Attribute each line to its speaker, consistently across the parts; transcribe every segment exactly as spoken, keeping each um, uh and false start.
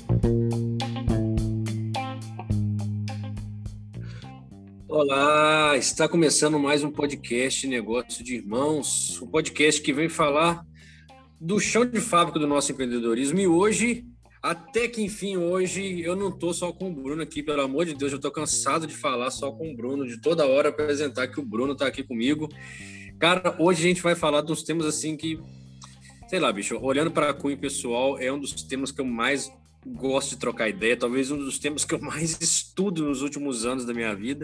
Speaker 1: Olá, está começando mais um podcast Negócio de Irmãos, um podcast que vem falar do chão de fábrica do nosso empreendedorismo. E hoje, até que enfim, hoje eu não estou só com o Bruno aqui, pelo amor de Deus, eu estou cansado de falar só com o Bruno, de toda hora apresentar que o Bruno está aqui comigo. Cara, hoje a gente vai falar de uns temas assim que, sei lá, bicho, olhando para a cunho pessoal, é um dos temas que eu mais gosto de trocar ideia, talvez um dos temas que eu mais estudo nos últimos anos da minha vida,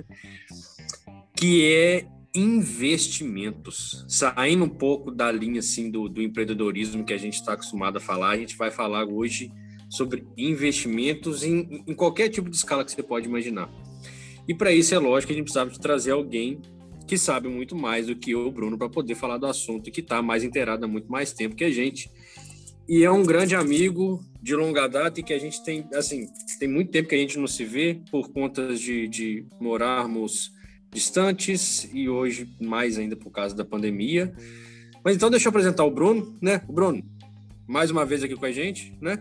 Speaker 1: que é investimentos. Saindo um pouco da linha assim, do, do empreendedorismo que a gente está acostumado a falar, a gente vai falar hoje sobre investimentos em, em qualquer tipo de escala que você pode imaginar. E para isso é lógico que a gente precisava de trazer alguém que sabe muito mais do que eu, Bruno, para poder falar do assunto e que está mais inteirado há muito mais tempo que a gente. E é um grande amigo de longa data e que a gente tem, assim, tem muito tempo que a gente não se vê por conta de, de morarmos distantes e hoje mais ainda por causa da pandemia. Mas então deixa eu apresentar o Bruno, né? O Bruno, mais uma vez aqui com a gente, né?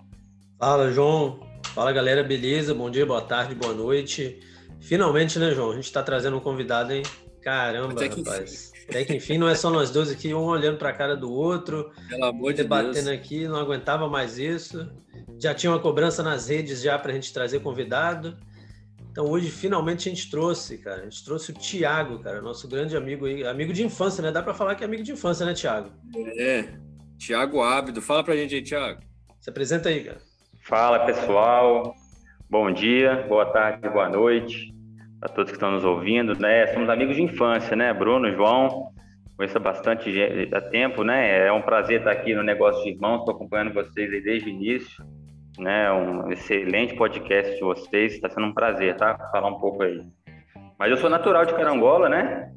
Speaker 2: Fala, João. Fala, galera, beleza? Bom dia, boa tarde, boa noite. Finalmente, né, João? A gente tá trazendo um convidado, hein? Caramba,
Speaker 1: Até que
Speaker 2: rapaz.
Speaker 1: enfim.
Speaker 2: Até que enfim, não é só nós dois aqui, um olhando para a cara do outro,
Speaker 1: Pelo amor de
Speaker 2: debatendo
Speaker 1: Deus.
Speaker 2: aqui, não aguentava mais isso. Já tinha uma cobrança nas redes já para a gente trazer convidado. Então hoje finalmente a gente trouxe, cara. A gente trouxe o Thiago, cara, nosso grande amigo aí, amigo de infância, né? Dá para falar que é amigo de infância, né, Thiago?
Speaker 1: É, Thiago Ábido. Fala pra gente aí, Thiago.
Speaker 2: Se apresenta aí, cara.
Speaker 3: Fala, pessoal. Bom dia, boa tarde, boa noite a todos que estão nos ouvindo, né? Somos amigos de infância, né? Bruno, João, conheço há bastante há tempo, né? É um prazer estar aqui no Negócio de Irmãos, estou acompanhando vocês aí desde o início, né? Um excelente podcast de vocês, está sendo um prazer, tá? Falar um pouco aí. Mas eu sou natural de Carangola, né?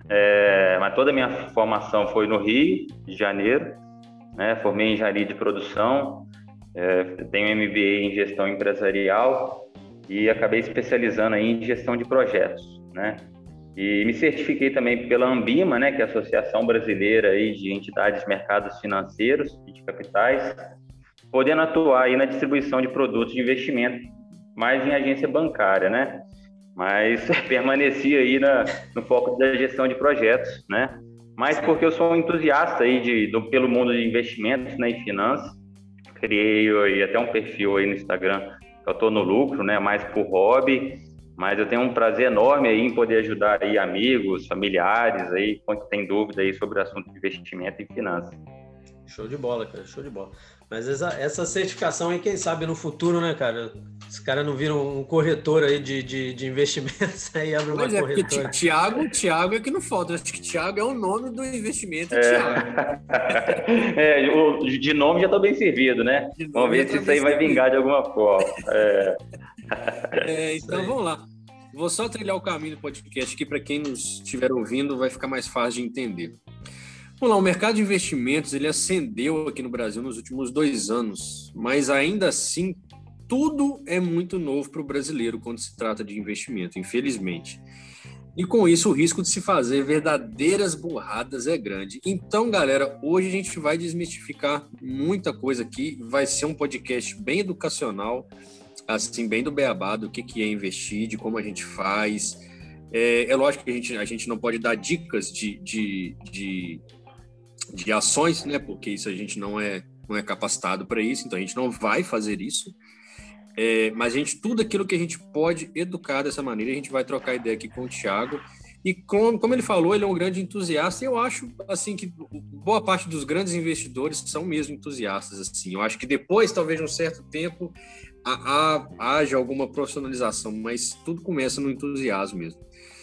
Speaker 3: É, mas toda a minha formação foi no Rio de Janeiro, né? Formei em engenharia de produção, é, tenho M B A em gestão empresarial e acabei especializando aí em gestão de projetos, né? E me certifiquei também pela Ambima, né, que é a Associação Brasileira aí de Entidades de Mercados Financeiros e de Capitais, podendo atuar aí na distribuição de produtos de investimento, mais em agência bancária, né? Mas permaneci aí na, no foco da gestão de projetos, né? Mas porque eu sou um entusiasta aí de, do, pelo mundo de investimentos, né, e finanças, criei aí até um perfil aí no Instagram. Eu estou no lucro, né, mais por hobby, mas eu tenho um prazer enorme aí em poder ajudar aí amigos, familiares aí, quando tem dúvida aí sobre o assunto de investimento e finanças.
Speaker 2: Show de bola, cara, show de bola. Mas essa, essa certificação aí, quem sabe no futuro, né, cara? Os caras não viram um corretor aí de, de, de investimentos, aí abre uma
Speaker 1: Pois é,
Speaker 2: corretora.
Speaker 1: porque Thiago, Thiago é que não falta. Eu acho que Thiago é o nome do investimento, é
Speaker 3: É.
Speaker 1: Thiago.
Speaker 3: É, o, de nome já estou bem servido, né? Vamos ver se isso aí vai vingar de alguma forma. É.
Speaker 1: É, então vamos lá. Vou só trilhar o caminho do podcast aqui para quem nos estiver ouvindo, vai ficar mais fácil de entender. Vamos lá, o mercado de investimentos ele ascendeu aqui no Brasil nos últimos dois anos, mas ainda assim tudo é muito novo para o brasileiro quando se trata de investimento, infelizmente. E com isso o risco de se fazer verdadeiras burradas é grande. Então, galera, hoje a gente vai desmistificar muita coisa aqui, vai ser um podcast bem educacional, assim, bem do beabá, do que, que é investir, de como a gente faz. É, é lógico que a gente, a gente não pode dar dicas de, de, de, de ações, né? Porque isso a gente não é, não é capacitado para isso, então a gente não vai fazer isso. É, mas a gente, tudo aquilo que a gente pode educar dessa maneira, a gente vai trocar ideia aqui com o Thiago. E como, como ele falou, ele é um grande entusiasta, e eu acho assim que boa parte dos grandes investidores são mesmo entusiastas. Assim. Eu acho que depois, talvez, de um certo tempo, a, a, haja alguma profissionalização, mas tudo começa no entusiasmo mesmo.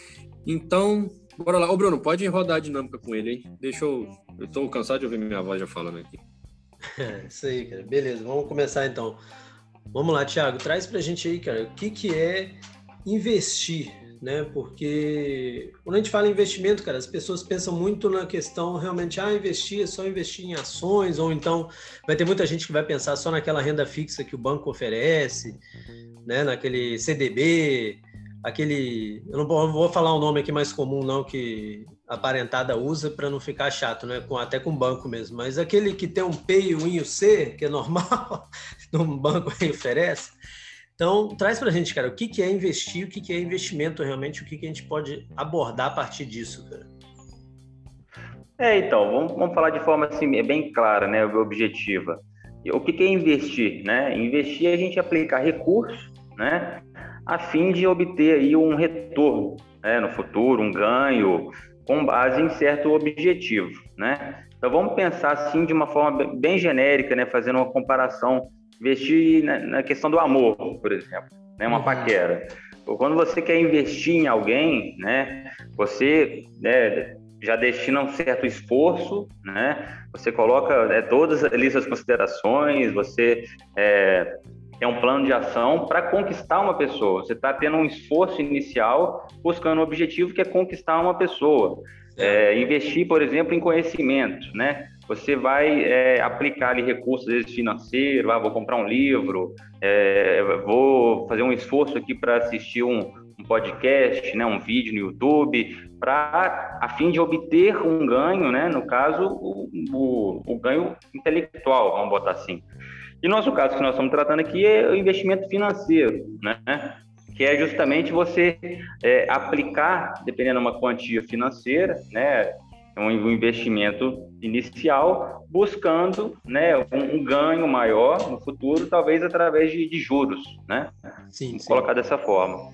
Speaker 1: Então, bora lá. Ô, Bruno, pode rodar a dinâmica com ele, hein? Deixa eu... Eu tô cansado de ouvir minha voz já falando aqui.
Speaker 2: É, isso aí, cara. Beleza, vamos começar então. Vamos lá, Thiago, traz pra gente aí, cara, o que, que é investir, né? Porque quando a gente fala em investimento, cara, as pessoas pensam muito na questão realmente, ah, investir é só investir em ações, ou então vai ter muita gente que vai pensar só naquela renda fixa que o banco oferece, né? Naquele C D B, aquele... Eu não vou falar o nome aqui mais comum, não, que aparentada usa para não ficar chato, né? Com, até com banco mesmo. Mas aquele que tem um P e um I o C, que é normal, um banco aí oferece. Então, traz para a gente, cara, o que, que é investir, o que, que é investimento realmente, o que, que a gente pode abordar a partir disso, cara.
Speaker 3: É, então, vamos, vamos falar de forma assim, bem clara, né, objetiva. O que, que é investir, né? Investir é a gente aplicar recursos, né, a fim de obter aí um retorno, né, no futuro, um ganho, com base em certo objetivo, né? Então, vamos pensar assim de uma forma bem genérica, né, fazendo uma comparação, investir na, na questão do amor, por exemplo, né, uma paquera. Ou quando você quer investir em alguém, né, você, né, já destina um certo esforço, né? Você coloca é, todas ali suas considerações, você é, tem um plano de ação para conquistar uma pessoa. Você está tendo um esforço inicial buscando um objetivo que é conquistar uma pessoa. É, investir, por exemplo, em conhecimento, né? Você vai é, aplicar ali recursos financeiros, ah, vou comprar um livro, é, vou fazer um esforço aqui para assistir um, um podcast, né, um vídeo no YouTube, para a fim de obter um ganho, né, no caso, o, o, o ganho intelectual, vamos botar assim. E no nosso caso, que nós estamos tratando aqui, é o investimento financeiro, né, que é justamente você é, aplicar, dependendo de uma quantia financeira, né, um investimento inicial, buscando, né, um, um ganho maior no futuro, talvez através de, de juros, né?
Speaker 2: Sim, sim.
Speaker 3: Colocar dessa forma.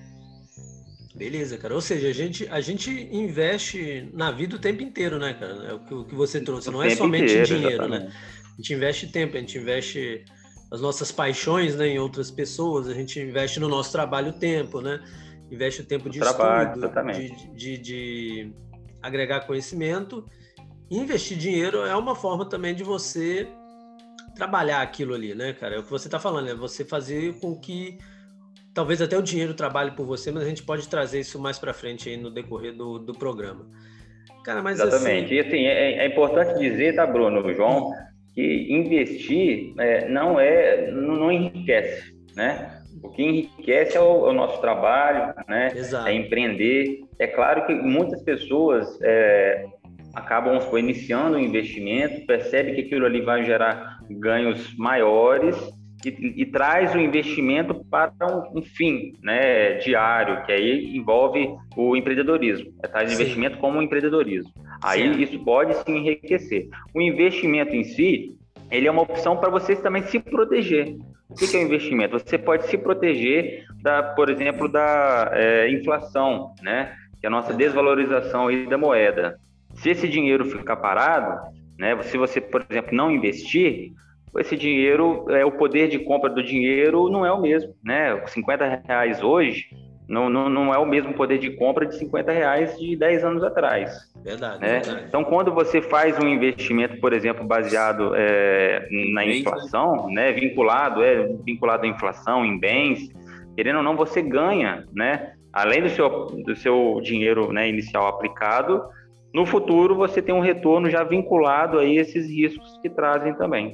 Speaker 2: Beleza, cara. Ou seja, a gente, a gente investe na vida o tempo inteiro, né, cara? É o que, o que você trouxe.
Speaker 3: O
Speaker 2: Não é
Speaker 3: tempo
Speaker 2: somente
Speaker 3: inteiro,
Speaker 2: dinheiro,
Speaker 3: exatamente.
Speaker 2: né? A gente investe tempo, a gente investe as nossas paixões, né, em outras pessoas, a gente investe no nosso trabalho tempo, né? Investe o tempo de
Speaker 3: Trabalho,
Speaker 2: estudo,
Speaker 3: exatamente.
Speaker 2: de, de, de agregar conhecimento. E investir dinheiro é uma forma também de você trabalhar aquilo ali, né, cara? É o que você está falando, é você fazer com que talvez até o dinheiro trabalhe por você, mas a gente pode trazer isso mais para frente aí no decorrer do, do programa. Cara, mas
Speaker 3: Exatamente.
Speaker 2: assim...
Speaker 3: E assim, é, é importante dizer, tá, Bruno, João, que investir é, não é, não, não enriquece, né? O que enriquece é o, é o nosso trabalho, né?
Speaker 2: Exato.
Speaker 3: É empreender. É claro que muitas pessoas é, acabam supor, iniciando um investimento, percebe que aquilo ali vai gerar ganhos maiores e, e traz o investimento para um, um fim, né, diário, que aí envolve o empreendedorismo. É, traz o investimento como um empreendedorismo. Aí
Speaker 2: Sim.
Speaker 3: isso pode se enriquecer. O investimento em si, ele é uma opção para você também se proteger. O que é o investimento? Você pode se proteger, da, por exemplo, da é, inflação, né, que é a nossa desvalorização aí da moeda. Se esse dinheiro ficar parado, né, se você, por exemplo, não investir, esse dinheiro, é, o poder de compra do dinheiro não é o mesmo, né? cinquenta reais hoje não, não, não é o mesmo poder de compra de cinquenta reais de dez anos atrás.
Speaker 2: Verdade,
Speaker 3: né?
Speaker 2: verdade.
Speaker 3: Então, quando você faz um investimento, por exemplo, baseado é, na inflação, né, vinculado, é, vinculado à inflação em bens, querendo ou não, você ganha, né? Além do seu, do seu dinheiro, né, inicial aplicado, no futuro você tem um retorno já vinculado a esses riscos que trazem também.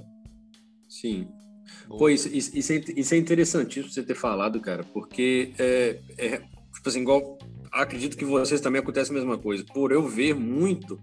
Speaker 1: Sim. Pô, isso, isso, é, isso é interessantíssimo você ter falado, cara, porque é, é, tipo assim, igual, acredito que vocês também acontece a mesma coisa. Por eu ver muito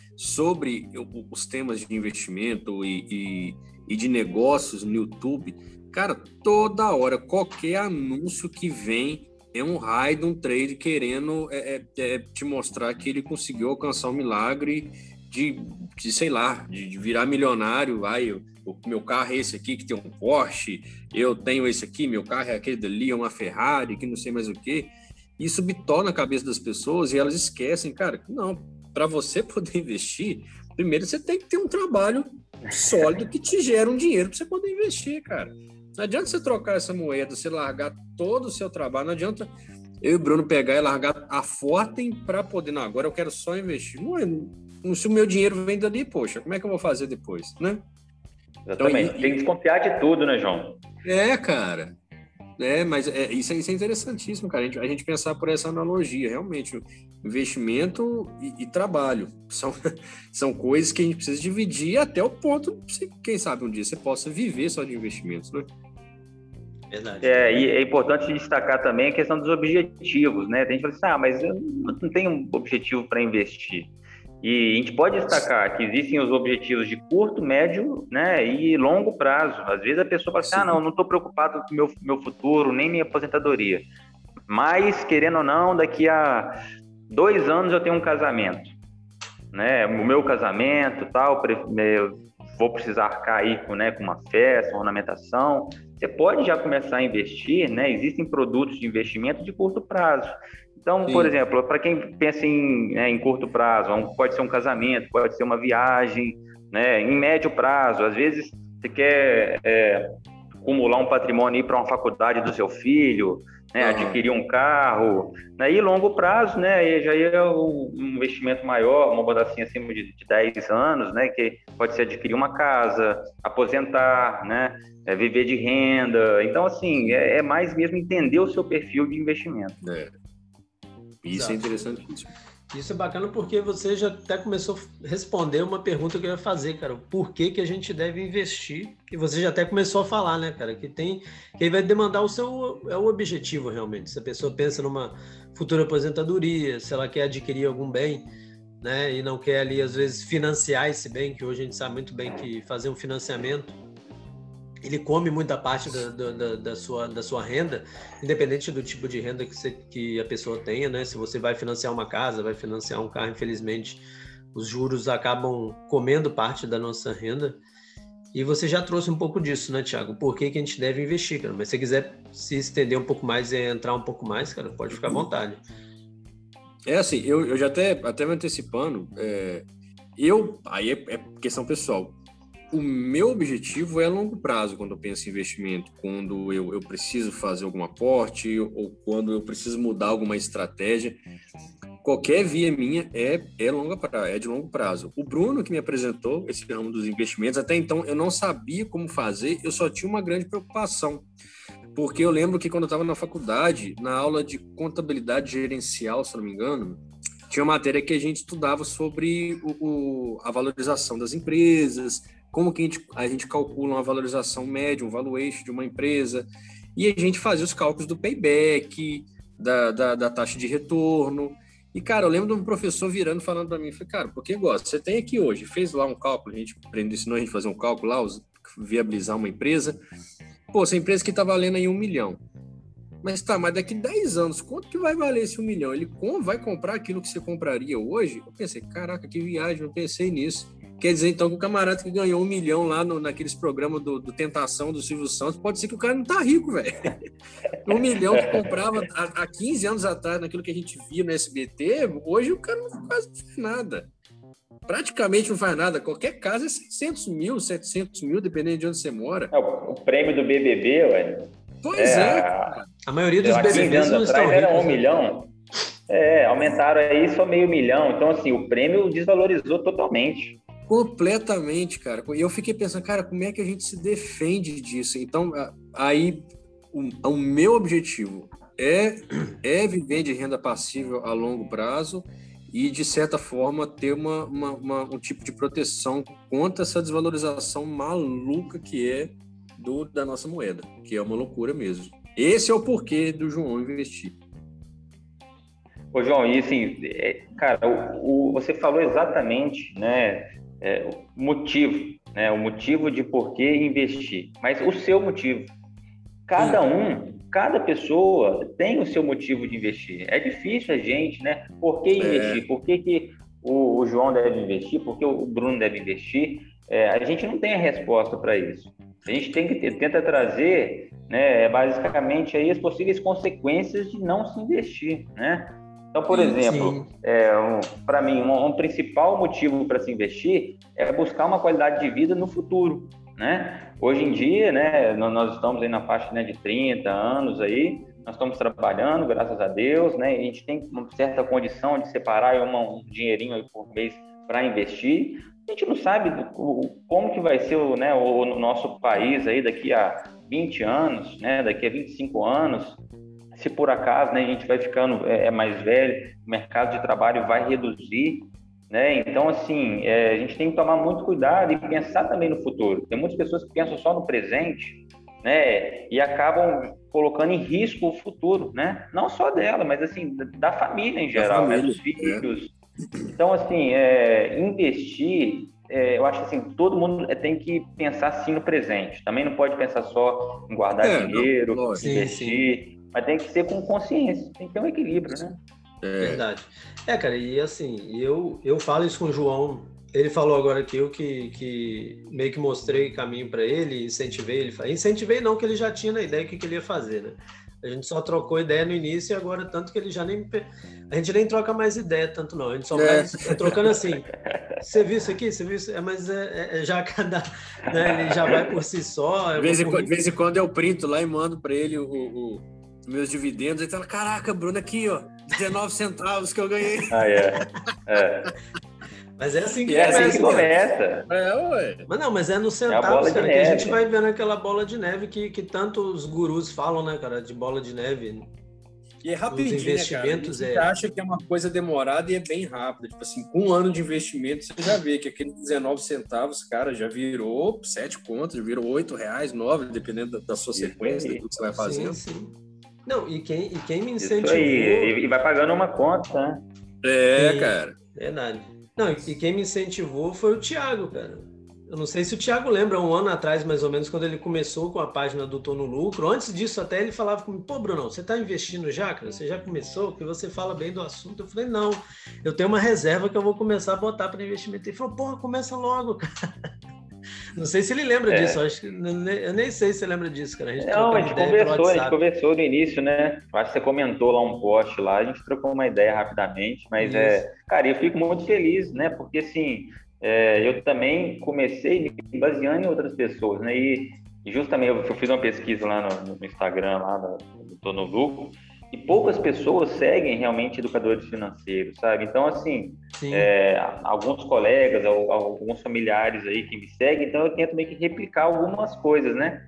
Speaker 1: sobre os temas de investimento e, e, e de negócios no YouTube, cara, toda hora, qualquer anúncio que vem é um raio de um trade querendo é, é, é, te mostrar que ele conseguiu alcançar um milagre de, de sei lá, de, de virar milionário. Ai, eu, o meu carro é esse aqui que tem um Porsche, eu tenho esse aqui, meu carro é aquele dali, é uma Ferrari, que não sei mais o quê. Isso bitona a cabeça das pessoas e elas esquecem, cara, não, para você poder investir, primeiro você tem que ter um trabalho sólido que te gera um dinheiro para você poder investir, cara. Não adianta você trocar essa moeda, você largar todo o seu trabalho, não adianta eu e o Bruno pegar e largar a Fortem para poder, não, agora eu quero só investir. Não é, não, se o meu dinheiro vem dali, poxa, como é que eu vou fazer depois, né?
Speaker 3: Exatamente,
Speaker 1: então, e,
Speaker 3: tem que desconfiar de tudo, né, João?
Speaker 1: É, cara. É, mas é, isso, é, isso é interessantíssimo, cara. A gente, a gente pensar por essa analogia, realmente, investimento e, e trabalho são, são coisas que a gente precisa dividir até o ponto, quem sabe um dia você possa viver só de investimentos, né?
Speaker 2: Verdade.
Speaker 3: É, e é importante destacar também a questão dos objetivos, né? Tem gente que fala assim, ah, mas eu não tenho um objetivo para investir. E a gente pode destacar que existem os objetivos de curto, médio, né, e longo prazo. Às vezes a pessoa fala assim, ah, não, não estou preocupado com o meu, meu futuro, nem minha aposentadoria. Mas, querendo ou não, daqui a dois anos eu tenho um casamento, né? O meu casamento, tal, eu vou precisar arcar aí com, né, com uma festa, uma ornamentação. Você pode já começar a investir, né? Existem produtos de investimento de curto prazo. Então, Sim. por exemplo, para quem pensa em, né, em curto prazo, pode ser um casamento, pode ser uma viagem, né? Em médio prazo, às vezes você quer é, acumular um patrimônio para uma faculdade do seu filho, né? Uhum. Adquirir um carro, né? E longo prazo, né? E já é um investimento maior, uma bodacinha acima de, de dez anos, né? Que pode ser adquirir uma casa, aposentar, né? É, viver de renda. Então, assim, é, é mais mesmo entender o seu perfil de investimento.
Speaker 1: É. Isso Exato. É interessantíssimo.
Speaker 2: Isso é bacana porque você já até começou a responder uma pergunta que eu ia fazer, cara. Por que que a gente deve investir? E você já até começou a falar, né, cara? Que tem, que aí vai demandar o seu, é o objetivo realmente. Se a pessoa pensa numa futura aposentadoria, se ela quer adquirir algum bem, né? E não quer ali, às vezes, financiar esse bem, que hoje a gente sabe muito bem que fazer um financiamento ele come muita parte da, da, da, sua, da sua renda, independente do tipo de renda que, você, que a pessoa tenha, né? Se você vai financiar uma casa, vai financiar um carro, infelizmente, os juros acabam comendo parte da nossa renda. E você já trouxe um pouco disso, né, Thiago? Por que que a gente deve investir, cara? Mas se você quiser se estender um pouco mais e entrar um pouco mais, cara, pode ficar à vontade.
Speaker 1: É assim, eu, eu já até, até me antecipando, é, eu, aí é, é questão pessoal. O meu objetivo é a longo prazo, quando eu penso em investimento, quando eu, eu preciso fazer algum aporte ou quando eu preciso mudar alguma estratégia. Qualquer via minha é, é, longa prazo, é de longo prazo. O Bruno que me apresentou esse ramo dos investimentos, até então eu não sabia como fazer, eu só tinha uma grande preocupação. Porque eu lembro que quando eu estava na faculdade, na aula de contabilidade gerencial, se não me engano, tinha uma matéria que a gente estudava sobre o, o, a valorização das empresas, como que a gente, a gente calcula uma valorização média, um valuation de uma empresa, e a gente fazia os cálculos do payback, da, da, da taxa de retorno. E, cara, eu lembro de um professor virando, falando para mim, falei, cara, por que gosta? Você tem aqui hoje, fez lá um cálculo, a gente aprendeu, ensinou a gente a fazer um cálculo lá, viabilizar uma empresa. Pô, essa empresa que está valendo aí um milhão. Mas tá, mas daqui dez anos, quanto que vai valer esse um milhão? Ele vai comprar aquilo que você compraria hoje? Eu pensei, caraca, que viagem, eu pensei nisso. Quer dizer, então, que o camarada que ganhou um milhão lá no, naqueles programas do, do Tentação, do Silvio Santos, pode ser que o cara não tá rico, velho. Um milhão que comprava há, há quinze anos atrás, naquilo que a gente via no S B T, hoje o cara não quase não faz nada. Praticamente não faz nada. Qualquer casa é seiscentos mil, setecentos mil, dependendo de onde você mora.
Speaker 3: É, o, o prêmio do B B B, ué.
Speaker 1: Pois é. é
Speaker 2: a, a maioria dos B B Bs
Speaker 3: não estão ricos. Era um milhão. É, aumentaram aí só meio milhão. Então, assim, o prêmio desvalorizou totalmente.
Speaker 1: Completamente, cara. E eu fiquei pensando, cara, como é que a gente se defende disso? Então, aí, o, o meu objetivo é, é viver de renda passível a longo prazo e, de certa forma, ter uma, uma, uma, um tipo de proteção contra essa desvalorização maluca que é do, da nossa moeda, que é uma loucura mesmo. Esse é o porquê do João investir.
Speaker 3: Ô, João, e assim, é, cara, o, o, você falou exatamente, né, é, o motivo, né, o motivo de por que investir, mas o seu motivo. Cada um, cada pessoa tem o seu motivo de investir. É difícil a gente, né, por que investir? É. Por que, que o, o João deve investir? Por que o Bruno deve investir? É, a gente não tem a resposta para isso. A gente tem que ter, tenta trazer, né, basicamente aí as possíveis consequências de não se investir, né? Então, por sim, exemplo, é, um, para mim, um, um principal motivo para se investir é buscar uma qualidade de vida no futuro, né? Hoje em dia, né, nós estamos aí na faixa, né, de trinta anos aí, nós estamos trabalhando, graças a Deus, né? A gente tem uma certa condição de separar uma, um dinheirinho aí por mês para investir. A gente não sabe do, o, como que vai ser o, né, o, o nosso país aí daqui a vinte anos, né, daqui a vinte e cinco anos. Se por acaso, né, a gente vai ficando é, mais velho, o mercado de trabalho vai reduzir, né? Então, assim, é, a gente tem que tomar muito cuidado e pensar também no futuro. Tem muitas pessoas que pensam só no presente, né, e acabam colocando em risco o futuro, né? Não só dela, mas assim, da família em geral, família, né, dos filhos, Então, assim, é, investir, é, eu acho assim, todo mundo tem que pensar sim no presente. Também não pode pensar só em guardar
Speaker 1: É,
Speaker 3: dinheiro,
Speaker 1: não,
Speaker 3: investir, sim, sim. Mas tem que ser com consciência, tem que ter um equilíbrio, né?
Speaker 2: É. Verdade. É, cara, e assim, eu, eu falo isso com o João. Ele falou agora que eu que, que meio que mostrei caminho para ele, incentivei ele. Incentivei não, que ele já tinha na ideia do que, que ele ia fazer, né? A gente só trocou ideia no início e agora tanto que ele já nem... A gente nem troca mais ideia tanto não, a gente só vai é. trocando assim. Você viu isso aqui? Você viu isso? É, mas é, é já cada... Né? Ele já vai por si só.
Speaker 1: De vez, em, de vez em quando eu printo lá e mando para ele o, o, os meus dividendos. Ele fala, caraca, Bruno, aqui, ó, dezenove centavos que eu ganhei.
Speaker 3: Ah, é. É.
Speaker 2: Mas é assim que
Speaker 3: é começa. Assim que começa.
Speaker 1: É, ué.
Speaker 2: Mas não, mas é nos centavos, é cara, que a gente vai vendo aquela bola de neve que, que tanto os gurus falam, né, cara, de bola de neve.
Speaker 1: E é rapidinho,
Speaker 2: os investimentos,
Speaker 1: né, cara? A gente é... acha que é uma coisa demorada e é bem rápida. Tipo assim, com um ano de investimento, você já vê que aquele dezenove centavos, cara, já virou sete contas, já virou oito reais, nove, dependendo da, da sua sequência, do que você vai fazendo.
Speaker 2: Sim, sim. Não, e quem, e quem me incentivou...
Speaker 3: Isso aí, e vai pagando uma conta, né?
Speaker 1: É,
Speaker 2: sim,
Speaker 1: cara.
Speaker 2: Verdade. Não, e quem me incentivou foi o Thiago, cara. Eu não sei se o Thiago lembra, um ano atrás, mais ou menos, quando ele começou com a página do Tô no Lucro. Antes disso, até ele falava comigo, pô, Bruno, você tá investindo já, cara? Você já começou? Porque você fala bem do assunto. Eu falei, não, eu tenho uma reserva que eu vou começar a botar para investimento. Ele falou, porra, começa logo, cara. Não sei se ele lembra é. disso, eu, acho que, eu nem sei se você lembra disso, cara. A gente
Speaker 3: não, a gente conversou, a gente conversou no início, né? Acho que você comentou lá um post lá, a gente trocou uma ideia rapidamente, mas Isso. é, cara, eu fico muito feliz, né? Porque assim, é, eu também comecei me baseando em outras pessoas, né? E, e justamente eu, eu fiz uma pesquisa lá no, no Instagram, lá no, no Tô no Lucro, e poucas pessoas seguem realmente educadores financeiros, sabe? Então, assim, é, alguns colegas, alguns familiares aí que me seguem, então eu tento meio que replicar algumas coisas, né?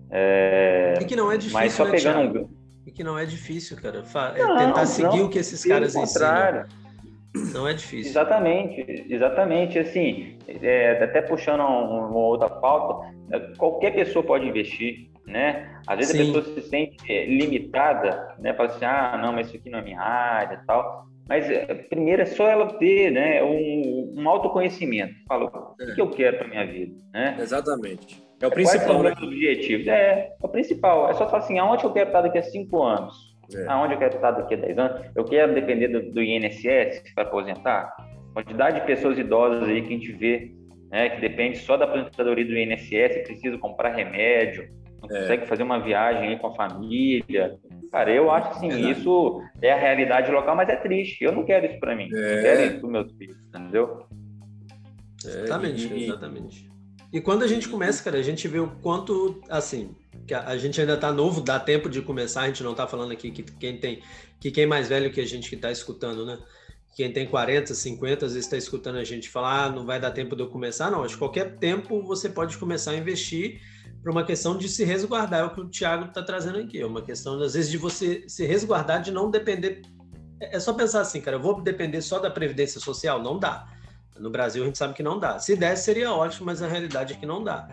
Speaker 3: É,
Speaker 2: e que não é difícil,
Speaker 3: mas só
Speaker 2: né,
Speaker 3: pegando
Speaker 2: um... E que não é difícil, cara. É não, tentar seguir não, o que esses caras ensinam. Não é difícil.
Speaker 3: Exatamente, exatamente. Assim, é, até puxando uma, uma outra pauta, qualquer pessoa pode investir, né? Às vezes Sim. a pessoa se sente limitada, né? Fala assim, ah, não, mas isso aqui não é minha área e tal. Mas primeiro é só ela ter, né, um, um autoconhecimento. Fala, o que, é. que eu quero para minha vida, né?
Speaker 1: Exatamente. É o principal. Quais são os
Speaker 3: meus objetivos? É, é o principal. É só falar assim, aonde eu quero estar daqui a cinco anos? É. Aonde eu quero estar daqui a dez anos? Eu quero depender do, do I N S S para aposentar? Quantidade de pessoas idosas aí que a gente vê, né, que depende só da aposentadoria do I N S S, precisa comprar remédio, não é. consegue fazer uma viagem aí com a família. Cara, eu acho assim, é isso é a realidade local, mas é triste. Eu não quero isso para mim. É. Eu quero isso para os meus filhos, entendeu?
Speaker 2: Exatamente, e... exatamente. E quando a gente começa, cara, a gente vê o quanto, assim, que a, a gente ainda tá novo, dá tempo de começar, a gente não tá falando aqui que quem tem, que quem é mais velho que a gente que tá escutando, né? Quem tem quarenta, cinquenta, às vezes está escutando a gente falar, ah, não vai dar tempo de eu começar. Não, acho que qualquer tempo você pode começar a investir por uma questão de se resguardar, é o que o Thiago está trazendo aqui, é uma questão, às vezes, de você se resguardar, de não depender. É só pensar assim, cara, eu vou depender só da Previdência Social? Não dá. No Brasil a gente sabe que não dá. Se desse seria ótimo, mas a realidade é que não dá.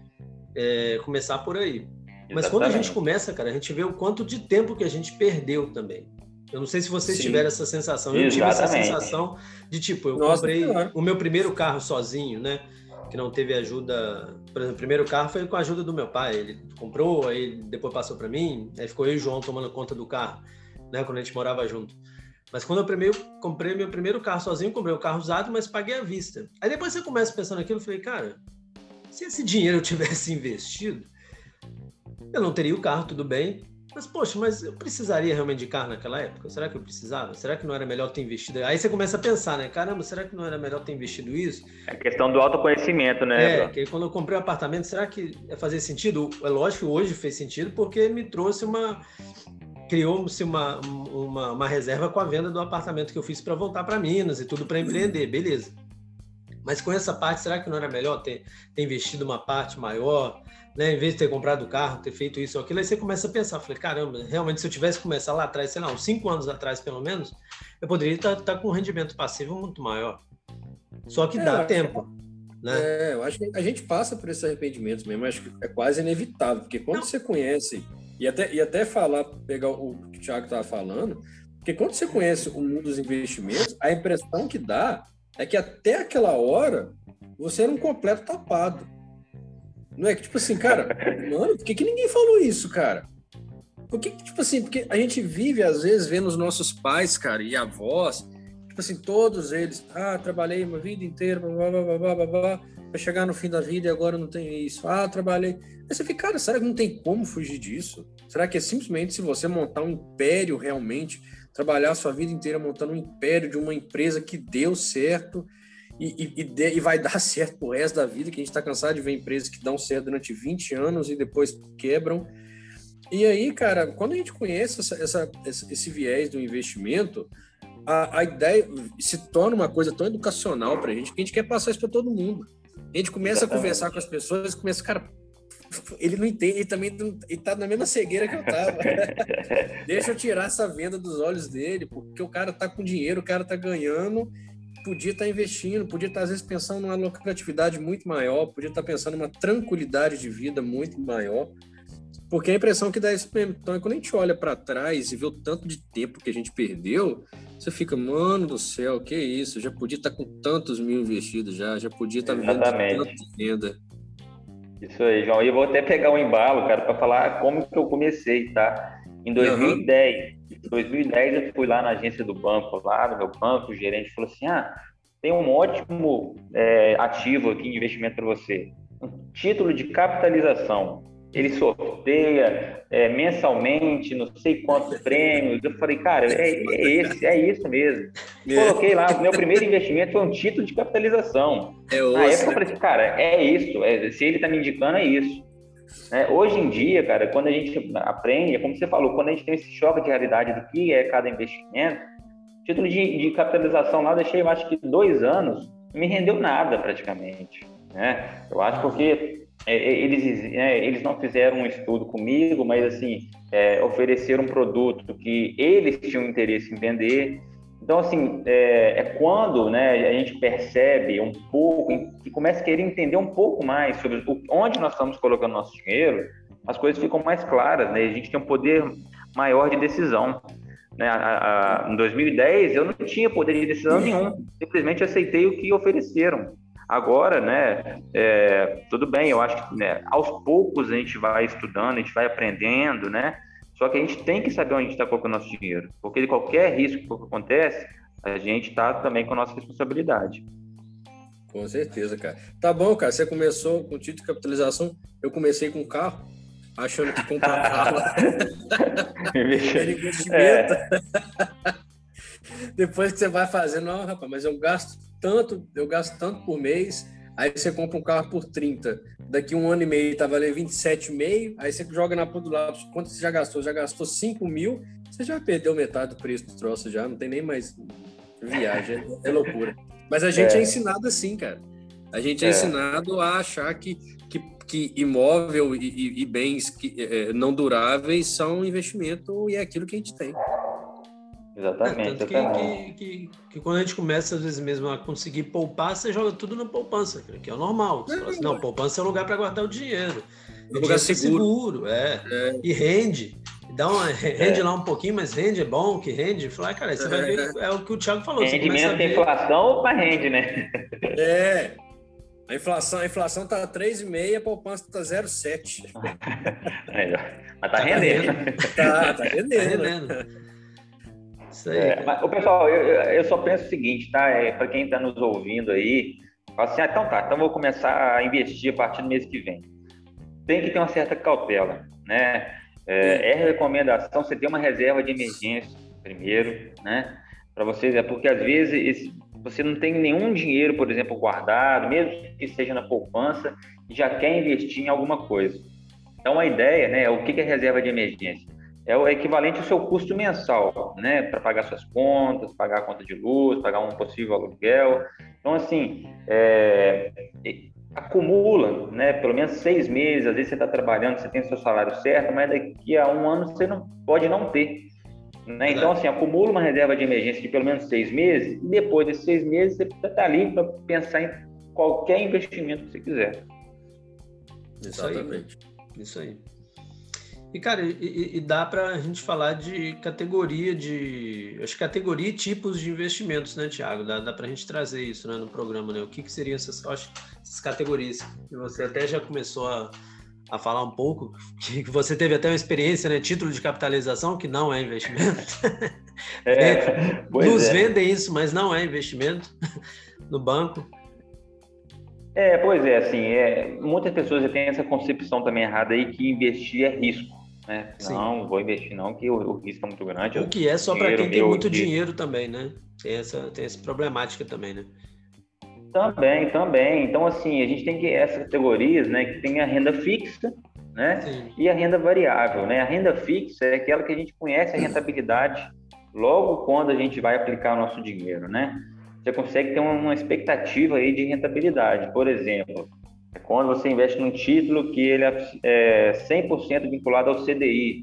Speaker 2: É, começar por aí. Exatamente. Mas quando a gente começa, cara, a gente vê o quanto de tempo que a gente perdeu também. Eu não sei se vocês Sim. tiveram essa sensação. Eu Exatamente. tive essa sensação de, tipo, eu Nossa, comprei cara. o meu primeiro carro sozinho, né? Que não teve ajuda. Por exemplo, o primeiro carro foi com a ajuda do meu pai. Ele comprou, aí depois passou para mim, aí ficou eu e o João tomando conta do carro, né? Quando a gente morava junto. Mas quando eu primeiro, comprei meu primeiro carro sozinho, comprei o carro usado, mas paguei à vista. Aí depois você começa pensando aquilo, eu falei, cara, se esse dinheiro eu tivesse investido, eu não teria o carro, tudo bem. Mas, poxa, mas eu precisaria realmente de carro naquela época? Será que eu precisava? Será que não era melhor ter investido? Aí você começa a pensar, né? Caramba, será que não era melhor ter investido isso?
Speaker 3: É questão do autoconhecimento, né?
Speaker 2: É, que aí quando eu comprei o um apartamento, será que ia fazer sentido? É lógico que hoje fez sentido, porque me trouxe uma... Criou-se uma, uma, uma reserva com a venda do apartamento que eu fiz para voltar para Minas e tudo para empreender, beleza. Mas com essa parte, será que não era melhor ter, ter investido uma parte maior, né? Em vez de ter comprado o carro, ter feito isso ou aquilo? Aí você começa a pensar, falei, caramba, realmente se eu tivesse começado lá atrás, sei lá, uns cinco anos atrás pelo menos, eu poderia estar, estar com um rendimento passivo muito maior. Só que é, dá tempo. Que, né?
Speaker 1: É, eu acho que a gente passa por esses arrependimentos mesmo, acho que é quase inevitável, porque quando não. você conhece... E até, e até falar, pegar o que o Thiago estava falando, Porque quando você conhece o mundo dos investimentos, a impressão que dá é que até aquela hora você era um completo tapado. Não é que, tipo assim, cara, mano, por que, que ninguém falou isso, cara? Por que, tipo assim, porque a gente vive, às vezes, vendo os nossos pais, cara, e avós, tipo assim, todos eles, ah, trabalhei uma vida inteira, blá, blá, blá, blá, blá, blá, pra chegar no fim da vida e agora não tenho isso. Ah, trabalhei. Aí você fica, cara, será que não tem como fugir disso? Será que é simplesmente se você montar um império realmente, trabalhar a sua vida inteira montando um império de uma empresa que deu certo e, e, e, de, e vai dar certo pro resto da vida, que a gente tá cansado de ver empresas que dão certo durante vinte anos e depois quebram. E aí, cara, quando a gente conhece essa, essa, esse viés do investimento, a, a ideia se torna uma coisa tão educacional pra gente que a gente quer passar isso para todo mundo. A gente começa Exatamente. a conversar com as pessoas e começa, cara, ele não entende, ele também não, ele tá na mesma cegueira que eu tava. Deixa eu tirar essa venda dos olhos dele, porque o cara tá com dinheiro, o cara tá ganhando, podia estar tá investindo, podia estar tá, às vezes pensando numa lucratividade muito maior, podia estar tá pensando numa tranquilidade de vida muito maior. Porque a impressão que dá isso mesmo. Então, quando a gente olha para trás e vê o tanto de tempo que a gente perdeu, você fica, mano do céu, que isso? Já podia estar com tantos mil investidos já, já podia estar vendo tanta venda.
Speaker 3: Isso aí, João. E eu vou até pegar um embalo, cara, para falar como que eu comecei, tá? Em dois mil e dez. Em uhum. dois mil e dez eu fui lá na agência do banco, lá no meu banco, o gerente falou assim, ah, tem um ótimo é, ativo aqui de investimento para você. Um título de capitalização. Ele sorteia é, mensalmente, não sei quantos prêmios. Eu falei, cara, é, é, esse, é isso mesmo. Coloquei lá, meu primeiro investimento foi um título de capitalização. É Na época eu falei assim, cara, é isso. É, se ele está me indicando, é isso. É, hoje em dia, cara, quando a gente aprende, é como você falou, quando a gente tem esse choque de realidade do que é cada investimento, título de, de capitalização lá, eu deixei, eu acho que dois anos, não me rendeu nada praticamente. Né? Eu acho porque... Eles, é, eles não fizeram um estudo comigo, mas assim, é, ofereceram um produto que eles tinham interesse em vender. Então, assim, é, é quando, né, a gente percebe um pouco, e começa a querer entender um pouco mais sobre o, onde nós estamos colocando nosso dinheiro, as coisas ficam mais claras, né? A gente tem um poder maior de decisão. Né? A, a, em dois mil e dez, eu não tinha poder de decisão nenhum, simplesmente aceitei o que ofereceram. Agora, né, é, tudo bem, eu acho que né, aos poucos a gente vai estudando, a gente vai aprendendo, né? Só que a gente tem que saber onde a gente está colocando nosso dinheiro, porque de qualquer risco que acontece, a gente está também com a nossa responsabilidade.
Speaker 1: Com certeza, cara. Tá bom, cara, você começou com título de capitalização, eu comecei com carro, achando que comprar carro era investimento. É. Depois que você vai fazendo, não, rapaz, mas eu gasto tanto, eu gasto tanto por mês, aí você compra um carro por trinta, daqui um ano e meio tá valendo vinte e sete e meio, aí você joga na ponta do lápis, quanto você já gastou? Já gastou cinco mil, você já perdeu metade do preço do troço já, não tem nem mais viagem, é, é loucura. Mas a gente é, é ensinado assim, cara. A gente é, é ensinado a achar que, que, que imóvel e, e, e bens que, é, não duráveis são investimento e é aquilo que a gente tem.
Speaker 3: Exatamente.
Speaker 2: É, tanto que, que, que, que quando a gente começa, às vezes mesmo, a conseguir poupar, você joga tudo na poupança, que é o normal. Você fala assim, não, poupança é um lugar para guardar o dinheiro.
Speaker 1: É um lugar seguro.
Speaker 2: seguro é. é. E rende. Dá uma, rende é. lá um pouquinho, mas rende, é bom que rende. Fala, cara, você é. vai ver, é o que o Thiago falou.
Speaker 3: Rendimento tem inflação ou para rende, né?
Speaker 1: É. A inflação, a inflação tá três vírgula cinco, a poupança tá zero vírgula sete.
Speaker 3: Mas tá, tá rendendo.
Speaker 1: Tá, tá rendendo. Tá rendendo.
Speaker 3: Isso aí, é, mas, o pessoal, eu, eu só penso o seguinte, tá? É, para quem está nos ouvindo aí, fala assim, ah, então tá, então vou começar a investir a partir do mês que vem. Tem que ter uma certa cautela, né? É, é recomendação você ter uma reserva de emergência primeiro, né? Para vocês, é porque às vezes esse, você não tem nenhum dinheiro, por exemplo, guardado, mesmo que seja na poupança, e já quer investir em alguma coisa. Então a ideia, né? O que é reserva de emergência? É o equivalente ao seu custo mensal, né? Para pagar suas contas, pagar a conta de luz, pagar um possível aluguel. Então, assim, é, acumula, né? Pelo menos seis meses. Às vezes você está trabalhando, você tem seu salário certo, mas daqui a um ano você não pode não ter. Né? Então, assim, acumula uma reserva de emergência de pelo menos seis meses e depois desses seis meses você está ali para pensar em qualquer investimento que você quiser.
Speaker 2: Exatamente. Isso aí. Isso aí. E, cara, e, e dá para a gente falar de categoria de... Acho que categoria e tipos de investimentos, né, Thiago? Dá, dá para a gente trazer isso, né, no programa, né? O que, que seriam essas, acho, essas categorias? E você até já começou a, a falar um pouco, que você teve até uma experiência, né? Título de capitalização, que não é investimento.
Speaker 3: É,
Speaker 2: Nos
Speaker 3: é.
Speaker 2: vendem isso, mas não é investimento no banco.
Speaker 3: É, pois é, assim, é, muitas pessoas já têm essa concepção também errada aí que investir é risco, né?
Speaker 2: Sim.
Speaker 3: Não, vou investir não, que o, o risco é muito grande.
Speaker 2: O que é só para quem tem
Speaker 3: meu,
Speaker 2: muito
Speaker 3: de...
Speaker 2: dinheiro também, né? Tem essa, tem essa problemática também, né?
Speaker 3: Também, também. Então, assim, a gente tem que essas categorias, né, que tem a renda fixa, né? Sim. E a renda variável, né? A renda fixa é aquela que a gente conhece a rentabilidade logo quando a gente vai aplicar o nosso dinheiro, né? Você consegue ter uma expectativa aí de rentabilidade. Por exemplo, é quando você investe num título que ele é cem por cento vinculado ao C D I,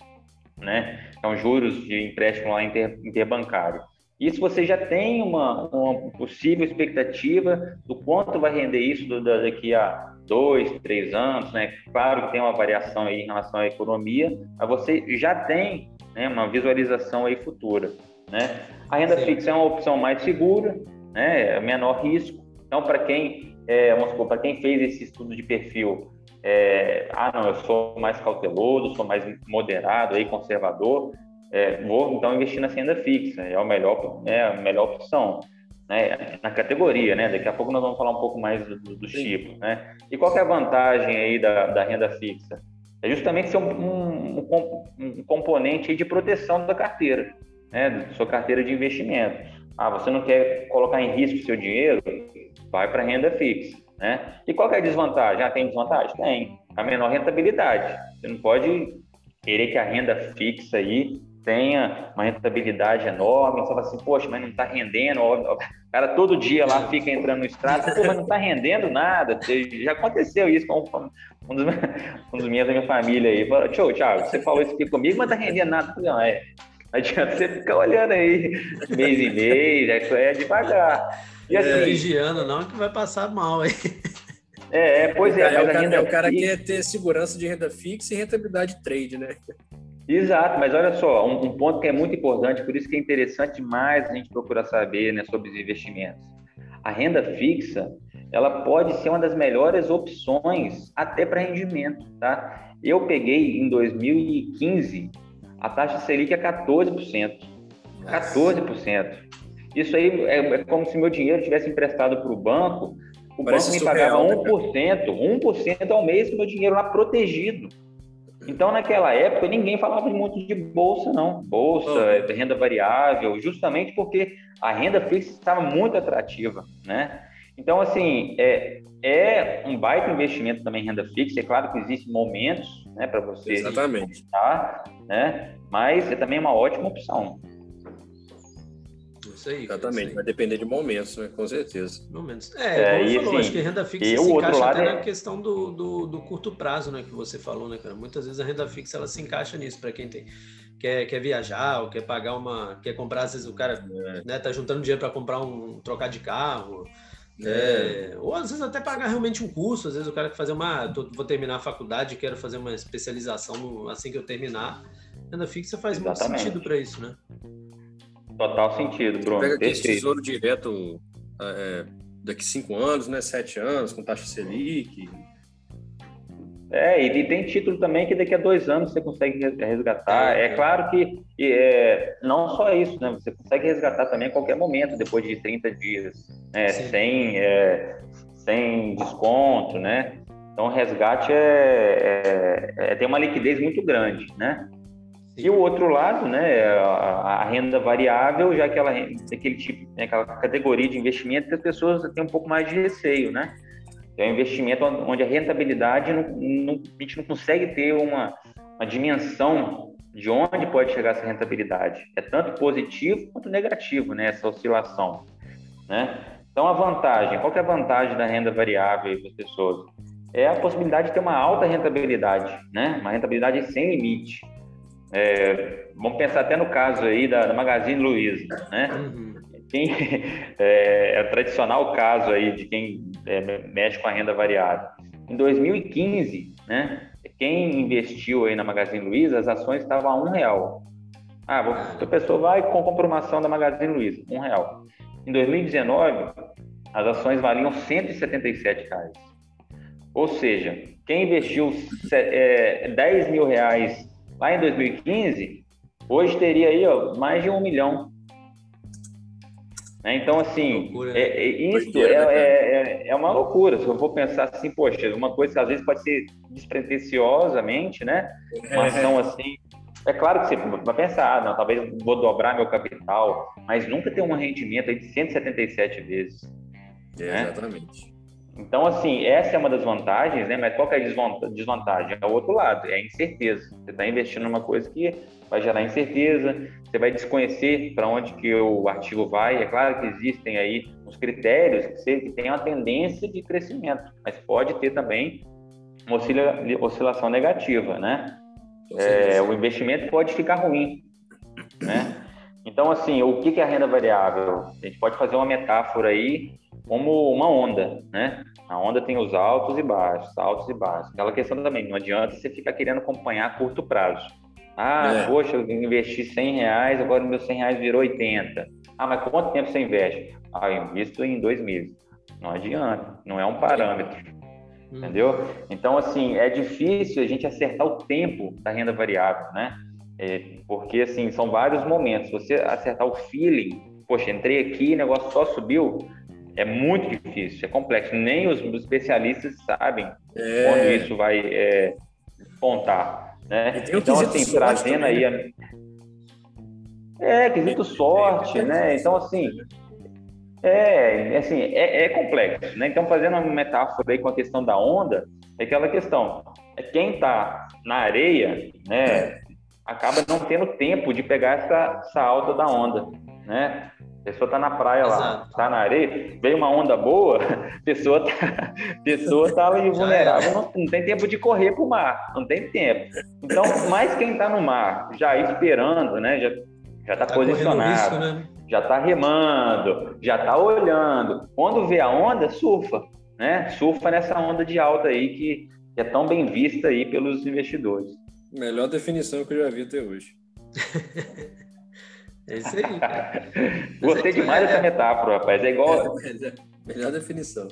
Speaker 3: né? São juros de empréstimo lá inter, interbancário. Isso você já tem uma, uma possível expectativa do quanto vai render isso daqui a dois, três anos, né? Claro que tem uma variação aí em relação à economia, mas você já tem, né, uma visualização aí futura, né? A renda Sim. fixa é uma opção mais segura, né? É menor risco. Então, para quem, é, vamos supor, para quem fez esse estudo de perfil, é, ah, não, eu sou mais cauteloso, sou mais moderado, aí, conservador, é, vou então investir na renda fixa, é a melhor, é a melhor opção, né? Na categoria, né? Daqui a pouco nós vamos falar um pouco mais dos do, do tipos, né? E qual que é a vantagem aí da, da renda fixa? É justamente ser um, um, um, um componente aí de proteção da carteira, né? Da sua carteira de investimento. Ah, você não quer colocar em risco o seu dinheiro? Vai para a renda fixa, né? E qual que é a desvantagem? Ah, tem desvantagem? Tem. A menor rentabilidade. Você não pode querer que a renda fixa aí tenha uma rentabilidade enorme, você fala assim, poxa, mas não está rendendo, o cara todo dia lá fica entrando no extrato, pô, mas não está rendendo nada, já aconteceu isso com um dos, um dos membros da minha família aí, falou, tio, Thiago, você falou isso aqui comigo, mas não está rendendo nada, não, é, não adianta você ficar olhando aí, mês em mês, é devagar.
Speaker 2: E assim, é, vigiando não, que vai passar mal aí.
Speaker 3: É, é pois é,
Speaker 1: é,
Speaker 3: mas
Speaker 1: o
Speaker 3: a
Speaker 1: cara,
Speaker 3: renda
Speaker 1: é, o cara
Speaker 3: fixa...
Speaker 1: quer ter segurança de renda fixa e rentabilidade de trade, né?
Speaker 3: Exato, mas olha só, um, um ponto que é muito importante, por isso que é interessante demais a gente procurar saber, né, sobre os investimentos. A renda fixa, ela pode ser uma das melhores opções até para rendimento, tá? Eu peguei em dois mil e quinze a taxa Selic é quatorze por cento. quatorze por cento. Isso aí é, é como se meu dinheiro tivesse emprestado para o banco, o Parece banco me pagava surreal, um por cento, um por cento ao mês com meu dinheiro lá protegido. Então, naquela época, ninguém falava muito de bolsa, não. Bolsa, oh. renda variável, justamente porque a renda fixa estava muito atrativa, né? Então, assim, é, é um baita investimento também em renda fixa. É claro que existem momentos, né, para você...
Speaker 1: Exatamente.
Speaker 3: Tá, né? Mas é também uma ótima opção.
Speaker 2: Isso aí.
Speaker 1: Exatamente, isso aí. Vai depender de momentos, né? Com certeza.
Speaker 2: Momentos. É, como é, você falou, assim, acho que a renda fixa se encaixa até é... na questão do, do, do curto prazo, né? Que você falou, né, cara? Muitas vezes a renda fixa ela se encaixa nisso, para quem tem, quer, quer viajar, ou quer pagar uma. Quer comprar, às vezes o cara é. né, tá juntando dinheiro para comprar um. trocar de carro. É. É, ou às vezes até pagar realmente um curso, às vezes o cara quer fazer uma. Tô, vou terminar a faculdade, quero fazer uma especialização no, assim que eu terminar. A renda fixa faz Exatamente. muito sentido para isso, né?
Speaker 3: Total sentido, Bruno.
Speaker 1: Pega aquele tesouro direto é, daqui cinco anos, né? Sete anos, com taxa Selic.
Speaker 3: É, e tem título também que daqui a dois anos você consegue resgatar. É, é claro que é, não só isso, né? Você consegue resgatar também a qualquer momento, depois de trinta dias, né? sem, é, sem desconto, né? Então, o resgate é, é, é, tem uma liquidez muito grande, né? E o outro lado, né, a, a renda variável, já aquela, aquele tipo, né, aquela categoria de investimento que as pessoas têm um pouco mais de receio, né? É um investimento onde a rentabilidade, não, não, a gente não consegue ter uma, uma dimensão de onde pode chegar essa rentabilidade. É tanto positivo quanto negativo, né, essa oscilação, né? Então, a vantagem, qual que é a vantagem da renda variável para as pessoas? É a possibilidade de ter uma alta rentabilidade, né? Uma rentabilidade sem limite. É, vamos pensar até no caso aí da, da Magazine Luiza, né? Uhum. Quem, é, é o tradicional caso aí de quem é, mexe com a renda variável. Em dois mil e quinze, né, quem investiu aí na Magazine Luiza, as ações estavam a um real. Ah, vou, a pessoa vai com compra uma ação da Magazine Luiza, um real. Em dois mil e dezenove, as ações valiam cento e setenta e sete reais. Ou seja, quem investiu é, dez mil reais lá em dois mil e quinze, hoje teria aí, ó, mais de um milhão. Né? Então, assim, loucura, né? é, é, isso é, é, é uma loucura. Se eu vou pensar assim, poxa, uma coisa que às vezes pode ser despretensiosamente, né? Uma ação assim. É claro que você vai pensar, ah, não, talvez vou dobrar meu capital, mas nunca tem um rendimento aí de cento e setenta e sete vezes.
Speaker 1: É, né? Exatamente.
Speaker 3: Então, assim, essa é uma das vantagens, né? Mas qual que é a desvantagem? É o outro lado, é a incerteza. Você está investindo numa coisa que vai gerar incerteza, você vai desconhecer para onde que o ativo vai. É claro que existem aí os critérios que, você, que tem uma tendência de crescimento, mas pode ter também uma oscilação negativa, né? É, o investimento pode ficar ruim, né? Então, assim, o que é a renda variável? A gente pode fazer uma metáfora aí como uma onda, né? A onda tem os altos e baixos, altos e baixos. Aquela questão também, não adianta você ficar querendo acompanhar a curto prazo. Ah, é. Poxa, eu investi cem reais, agora meus cem reais virou oitenta. Ah, mas quanto tempo você investe? Ah, eu invisto em dois meses. Não adianta, não é um parâmetro. Entendeu? Então, assim, é difícil a gente acertar o tempo da renda variável, né? É, porque, assim, são vários momentos. Você acertar o feeling, poxa, entrei aqui, o negócio só subiu, é muito difícil, é complexo. Nem os especialistas sabem é. quando isso vai é, pontar, né? Então, assim, trazendo aí... A... É, quesito sorte, né? Então, assim... É, assim, é, é complexo, né? Então, fazendo uma metáfora aí com a questão da onda, é aquela questão, é quem tá na areia, né, acaba não tendo tempo de pegar essa, essa alta da onda, né? A pessoa tá na praia lá, Exato. tá na areia, veio uma onda boa, a pessoa tá, pessoa tá ali vulnerável, não, não tem tempo de correr pro mar, não tem tempo. Então, mais quem tá no mar, já esperando, né, já, já tá, tá posicionado, risco, né? Já tá remando, já tá olhando. Quando vê a onda, surfa, né? Surfa nessa onda de alta aí que é tão bem vista aí pelos investidores.
Speaker 1: Melhor definição que eu já vi até hoje.
Speaker 2: É isso aí, cara.
Speaker 3: Gostei demais é... dessa metáfora, rapaz. É igual...
Speaker 1: É, melhor definição.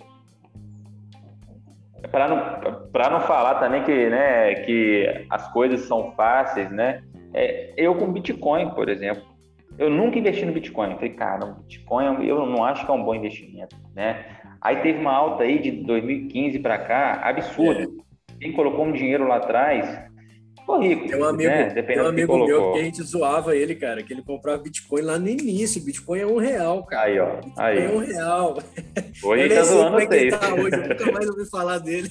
Speaker 3: Para não, para não falar também que, né, que as coisas são fáceis, né? É, eu com Bitcoin, por exemplo, eu nunca investi no Bitcoin. Falei, cara, o Bitcoin eu não acho que é um bom investimento, né? Aí teve uma alta aí de dois mil e quinze para cá, absurdo. É. Quem colocou um dinheiro lá atrás ficou rico.
Speaker 1: Tem um amigo, né? tem um amigo meu que a gente zoava ele, cara, que ele comprava Bitcoin lá no início. Bitcoin é um real, cara.
Speaker 3: Aí, ó.
Speaker 1: Bitcoin
Speaker 3: aí.
Speaker 1: é um real.
Speaker 3: Hoje ele tá zoando
Speaker 1: vocês. Tá hoje, eu nunca mais ouvi falar dele.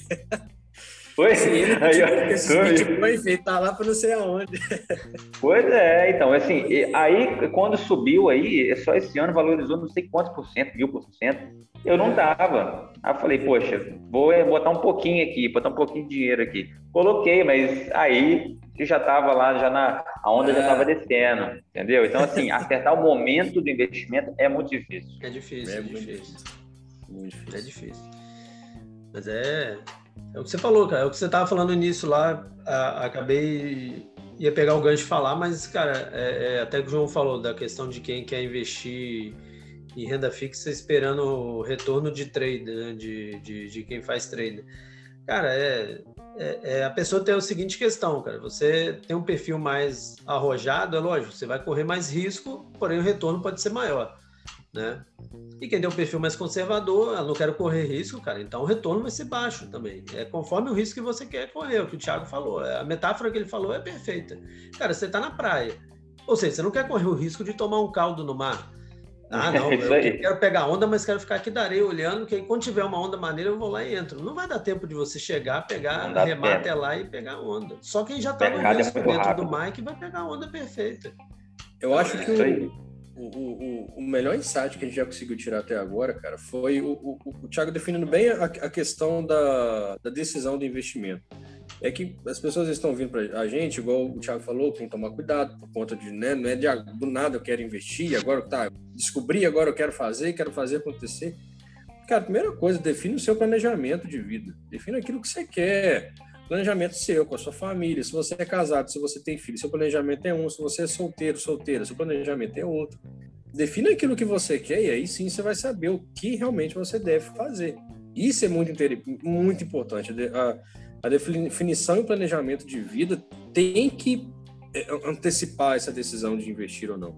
Speaker 3: Foi?
Speaker 1: Sim, ele aí, ó, esses Bitcoin, filho, tá lá para não sei aonde.
Speaker 3: Pois é, então, assim, aí quando subiu aí, só esse ano valorizou não sei quantos por cento, mil por cento, eu não tava. Aí eu falei, poxa, vou botar um pouquinho aqui, botar um pouquinho de dinheiro aqui. Coloquei, mas aí já tava lá, já na, a onda é. já tava descendo, entendeu? Então, assim, acertar o momento do investimento é muito difícil.
Speaker 2: É difícil, é, é difícil. difícil. Muito difícil. É difícil. Mas é... É o que você falou, cara. É o que você estava falando nisso lá. A, acabei... Ia pegar o gancho de falar, mas, cara, é, é, até que o João falou da questão de quem quer investir em renda fixa esperando o retorno de trade, né? De, de, de quem faz trade. Cara, é, é, é... A pessoa tem a seguinte questão, cara. Você tem um perfil mais arrojado, é lógico, você vai correr mais risco, porém o retorno pode ser maior, né? E quem tem um perfil mais conservador, eu não quero correr risco, cara, então o retorno vai ser baixo também. É conforme o risco que você quer correr, o que o Thiago falou. A metáfora que ele falou é perfeita. Cara, você tá na praia, ou seja, você não quer correr o risco de tomar um caldo no mar. Ah, não, eu quero pegar onda, mas quero ficar aqui da areia olhando, que quando tiver uma onda maneira eu vou lá e entro. Não vai dar tempo de você chegar, pegar, remar até lá e pegar a onda. Só quem já tá no risco é dentro rápido. do mar que vai pegar a onda perfeita.
Speaker 1: Eu então, acho é... que o... O, o, o melhor insight que a gente já conseguiu tirar até agora, cara, foi o, o, o Thiago definindo bem a, a questão da, da decisão do investimento. É que as pessoas estão vindo para a gente, igual o Thiago falou, tem que tomar cuidado por conta de, né, não é de do nada eu quero investir, agora tá, descobri, agora eu quero fazer, quero fazer acontecer. Cara, a primeira coisa, define o seu planejamento de vida, define aquilo que você quer. Planejamento seu, com a sua família. Se você é casado, se você tem filho, seu planejamento é um. Se você é solteiro, solteira, seu planejamento é outro. Defina aquilo que você quer e aí sim você vai saber o que realmente você deve fazer. Isso é muito, muito importante. A, a definição e o planejamento de vida tem que antecipar essa decisão de investir ou não.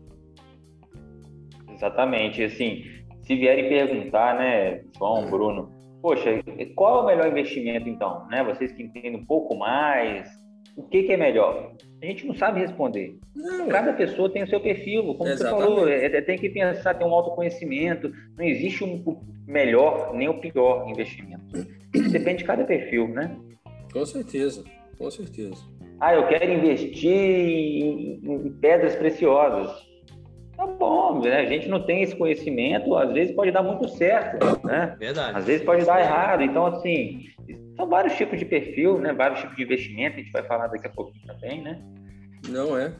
Speaker 3: Exatamente. Assim, se vierem perguntar, né, João, Bruno, poxa, qual é o melhor investimento então? Né? Vocês que entendem um pouco mais, o que, que é melhor? A gente não sabe responder. Não, Cada é. pessoa tem o seu perfil, como Exatamente. Você falou, é, tem que pensar, ter um autoconhecimento. Não existe um melhor nem o pior investimento. Depende de cada perfil, né?
Speaker 1: Com certeza, com certeza.
Speaker 3: Ah, eu quero investir em, em pedras preciosas. Tá bom, né? A gente não tem esse conhecimento, às vezes pode dar muito certo, né?
Speaker 2: Verdade.
Speaker 3: Às vezes pode dar errado. Então, assim, são vários tipos de perfil, né? Vários tipos de investimento, a gente vai falar daqui a pouquinho também, né?
Speaker 1: Não é?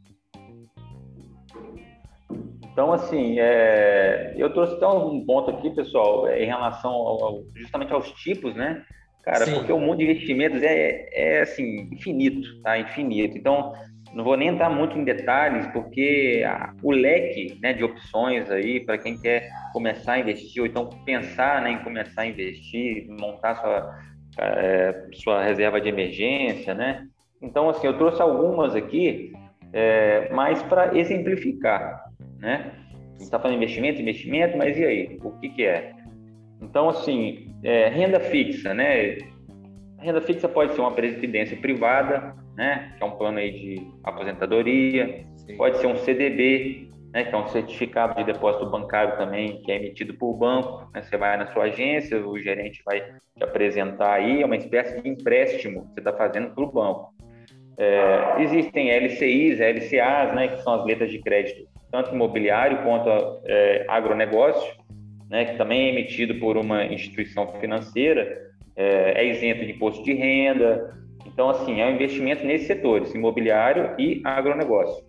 Speaker 3: Então, assim, é... eu trouxe então um ponto aqui, pessoal, em relação ao, justamente aos tipos, né? Cara, Sim. porque o mundo de investimentos é, é, assim, infinito, tá? Infinito. Então, não vou nem entrar muito em detalhes, porque a, o leque, né, de opções aí, para quem quer começar a investir, ou então pensar, né, em começar a investir, montar sua, é, sua reserva de emergência, né? Então, assim, eu trouxe algumas aqui, é, mais para exemplificar, né? A gente está falando de investimento, investimento, mas e aí? O que que é? Então, assim, é, renda fixa, né? A renda fixa pode ser uma previdência privada, né? Que é um plano aí de aposentadoria. Sim. Pode ser um C D B, né? Que é um certificado de depósito bancário também, que é emitido por banco, né? Você vai na sua agência, o gerente vai te apresentar aí, é uma espécie de empréstimo que você está fazendo para o banco. É, existem L C Is, L C As, né? Que são as letras de crédito, tanto imobiliário quanto é, agronegócio, né, que também é emitido por uma instituição financeira, é, é isento de imposto de renda. Então, assim, é um investimento nesses setores, imobiliário e agronegócio.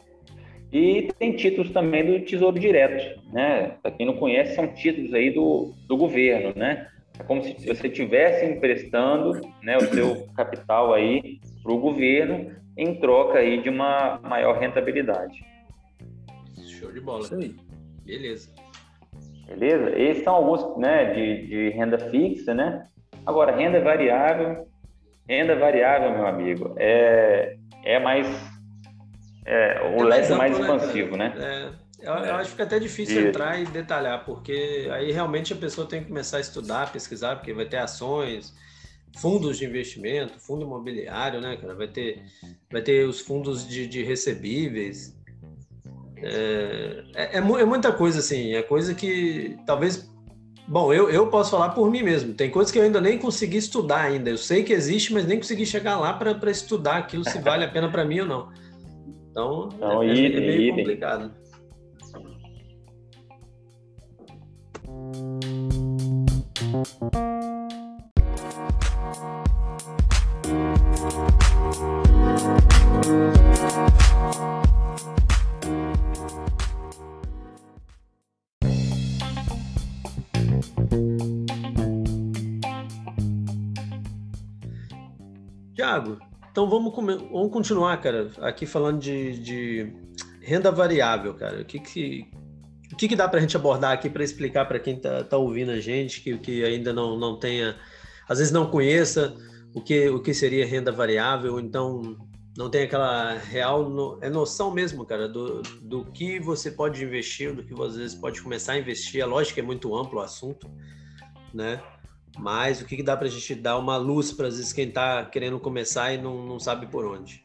Speaker 3: E tem títulos também do Tesouro Direto, né? Para quem não conhece, são títulos aí do, do governo, né? É como se você estivesse emprestando, né, o seu capital aí para o governo em troca aí de uma maior rentabilidade.
Speaker 2: Show de bola. Isso aí. Beleza.
Speaker 3: Beleza? Esses são alguns, né, de, de renda fixa, né? Agora, renda variável, renda variável, meu amigo, é, é mais, é, o é leque mais expansivo, né?
Speaker 2: né? É, eu, eu acho que fica até difícil Isso. entrar e detalhar, porque aí realmente a pessoa tem que começar a estudar, pesquisar, porque vai ter ações, fundos de investimento, fundo imobiliário, né, cara? Vai ter, vai ter os fundos de, de recebíveis. É, é, é muita coisa, assim, é coisa que talvez... Bom, eu, eu posso falar por mim mesmo, tem coisas que eu ainda nem consegui estudar ainda, eu sei que existe, mas nem consegui chegar lá para estudar aquilo, se vale a pena para mim ou não. Então,
Speaker 3: não,
Speaker 2: é,
Speaker 3: idem,
Speaker 2: é meio
Speaker 3: idem.
Speaker 2: complicado. Tiago, então vamos, come... vamos continuar, cara, aqui falando de, de renda variável, cara. O que que, o que, que dá para a gente abordar aqui para explicar para quem está tá ouvindo a gente, que, que ainda não, não tenha, às vezes não conheça o que, o que seria renda variável, então não tem aquela real no... é noção mesmo, cara, do, do que você pode investir, do que você às vezes pode começar a investir. É lógico que é muito amplo o assunto, né? Mas o que, que dá para a gente dar uma luz para às vezes quem está querendo começar e não, não sabe por onde?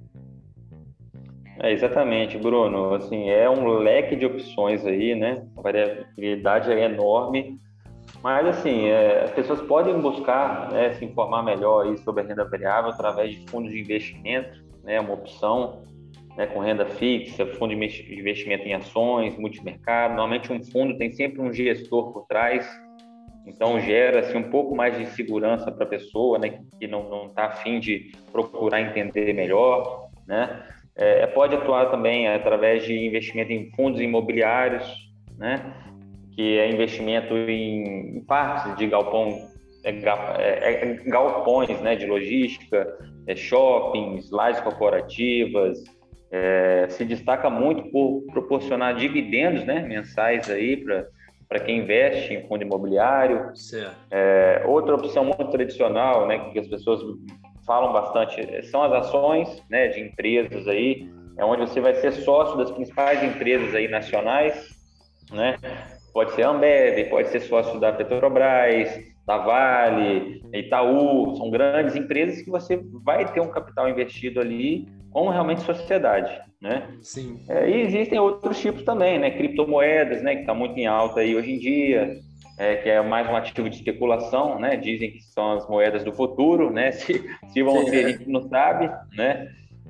Speaker 3: É, exatamente, Bruno. Assim, é um leque de opções aí, né? A variabilidade é enorme, mas assim, é, as pessoas podem buscar, né, se informar melhor aí sobre a renda variável através de fundos de investimento, né? Uma opção, né, com renda fixa, fundo de investimento em ações, multimercado. Normalmente um fundo tem sempre um gestor por trás. Então, gera-se um pouco mais de segurança para a pessoa, né, que não está a fim de procurar entender melhor, né? É, pode atuar também através de investimento em fundos imobiliários, né, que é investimento em, em partes de galpão é, é, é galpões, né, de logística, é, shoppings, lajes corporativas, é, se destaca muito por proporcionar dividendos, né, mensais aí para para quem investe em fundo imobiliário. É, outra opção muito tradicional, né, que as pessoas falam bastante, são as ações, né, de empresas aí, é onde você vai ser sócio das principais empresas aí nacionais, né? Pode ser a Ambev, pode ser sócio da Petrobras, da Vale, Itaú, são grandes empresas que você vai ter um capital investido ali como realmente sociedade, né?
Speaker 2: Sim.
Speaker 3: É, e existem outros tipos também, né? Criptomoedas, né? Que está muito em alta aí hoje em dia, é, que é mais um ativo de especulação, né? Dizem que são as moedas do futuro, né? Se, se vão ser, a gente não sabe, né?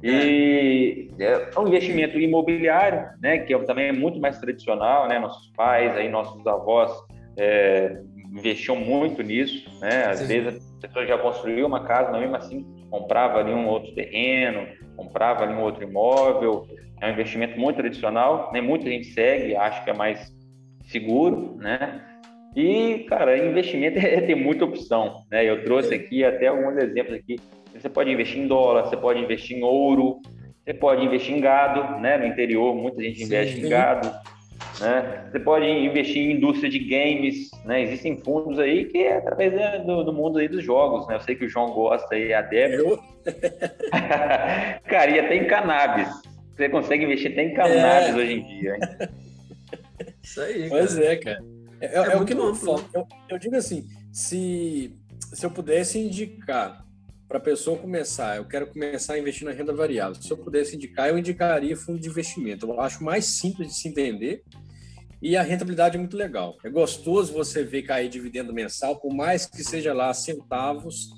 Speaker 3: E é um investimento imobiliário, né, que também é muito mais tradicional, né, nossos pais, aí, nossos avós é, investiam muito nisso, né, às Sim. vezes a pessoa já construiu uma casa, mas mesmo assim comprava ali um outro terreno, comprava ali um outro imóvel, é um investimento muito tradicional, né, muita gente segue, acha que é mais seguro, né, e, cara, investimento é ter muita opção, né, eu trouxe aqui até alguns exemplos aqui. Você pode investir em dólar, você pode investir em ouro, você pode investir em gado, né? No interior, muita gente investe Sim. em gado, né? Você pode investir em indústria de games, né? Existem fundos aí que é através do, do mundo aí dos jogos, né? Eu sei que o João gosta aí, a Débora. Eu? Cara, e até em cannabis. Você consegue investir até em cannabis é. hoje em dia, hein?
Speaker 2: Isso aí,
Speaker 1: Pois
Speaker 2: cara.
Speaker 1: é, cara. É, é, é, é o que não falo. Eu, eu digo assim, se, se eu pudesse indicar para a pessoa começar, eu quero começar a investir na renda variável. Se eu pudesse indicar, eu indicaria fundo de investimento. Eu acho mais simples de se entender e a rentabilidade é muito legal. É gostoso você ver cair dividendo mensal, por mais que seja lá centavos,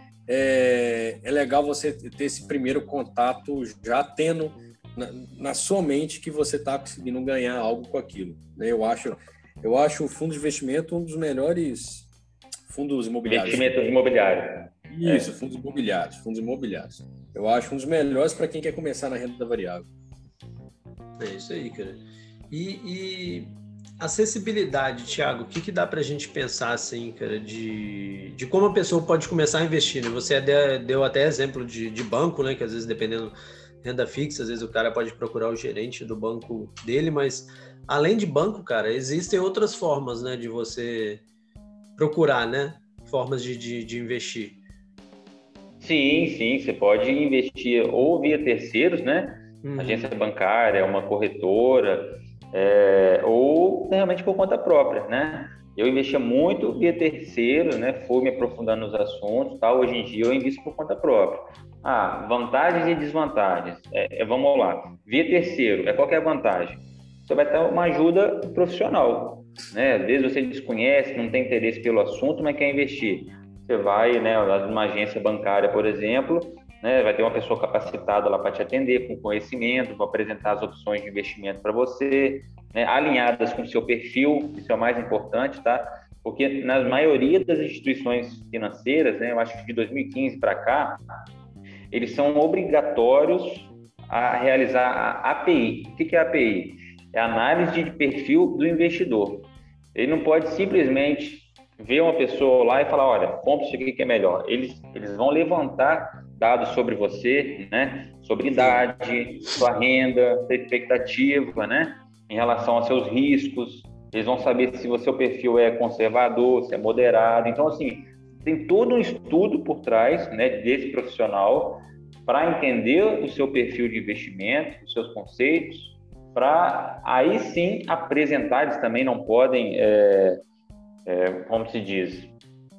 Speaker 1: é, é legal você ter esse primeiro contato já tendo na, na sua mente que você está conseguindo ganhar algo com aquilo. Eu acho, eu acho o fundo de investimento um dos melhores fundos imobiliários.
Speaker 3: Investimento imobiliário.
Speaker 1: Isso, é. fundos imobiliários, fundos imobiliários. Eu acho um dos melhores para quem quer começar na renda variável.
Speaker 2: É isso aí, cara. E, e acessibilidade, Thiago, o que, que dá para a gente pensar assim, cara, de, de como a pessoa pode começar a investir, né? Você deu até exemplo de, de banco, né? Que às vezes, dependendo renda fixa, às vezes o cara pode procurar o gerente do banco dele, mas além de banco, cara, existem outras formas, né, de você procurar, né? Formas de, de, de investir.
Speaker 3: Sim, sim, você pode investir ou via terceiros, né? Uhum. Agência bancária, uma corretora, é, ou realmente por conta própria, né? Eu investia muito via terceiro, né? Fui me aprofundando nos assuntos, tal. Hoje em dia eu invisto por conta própria. Ah, vantagens e desvantagens. É, é, vamos lá. Via terceiro, é qual que é a vantagem? Você vai ter uma ajuda profissional, né? Às vezes você desconhece, não tem interesse pelo assunto, mas quer investir. Você vai, né, numa agência bancária, por exemplo, né, vai ter uma pessoa capacitada lá para te atender, com conhecimento, para apresentar as opções de investimento para você, né, alinhadas com o seu perfil, isso é o mais importante, tá? Porque na maioria das instituições financeiras, né, eu acho que de dois mil e quinze para cá, eles são obrigatórios a realizar a API. O que é a API? É a análise de perfil do investidor. Ele não pode simplesmente ver uma pessoa lá e falar, olha, compre isso aqui que é melhor. Eles, eles vão levantar dados sobre você, né? Sobre idade, sua renda, sua expectativa, né? Em relação aos seus riscos. Eles vão saber se o seu perfil é conservador, se é moderado. Então, assim, tem todo um estudo por trás, né, desse profissional para entender o seu perfil de investimento, os seus conceitos, para aí sim apresentar. Eles também não podem... É, É, como se diz,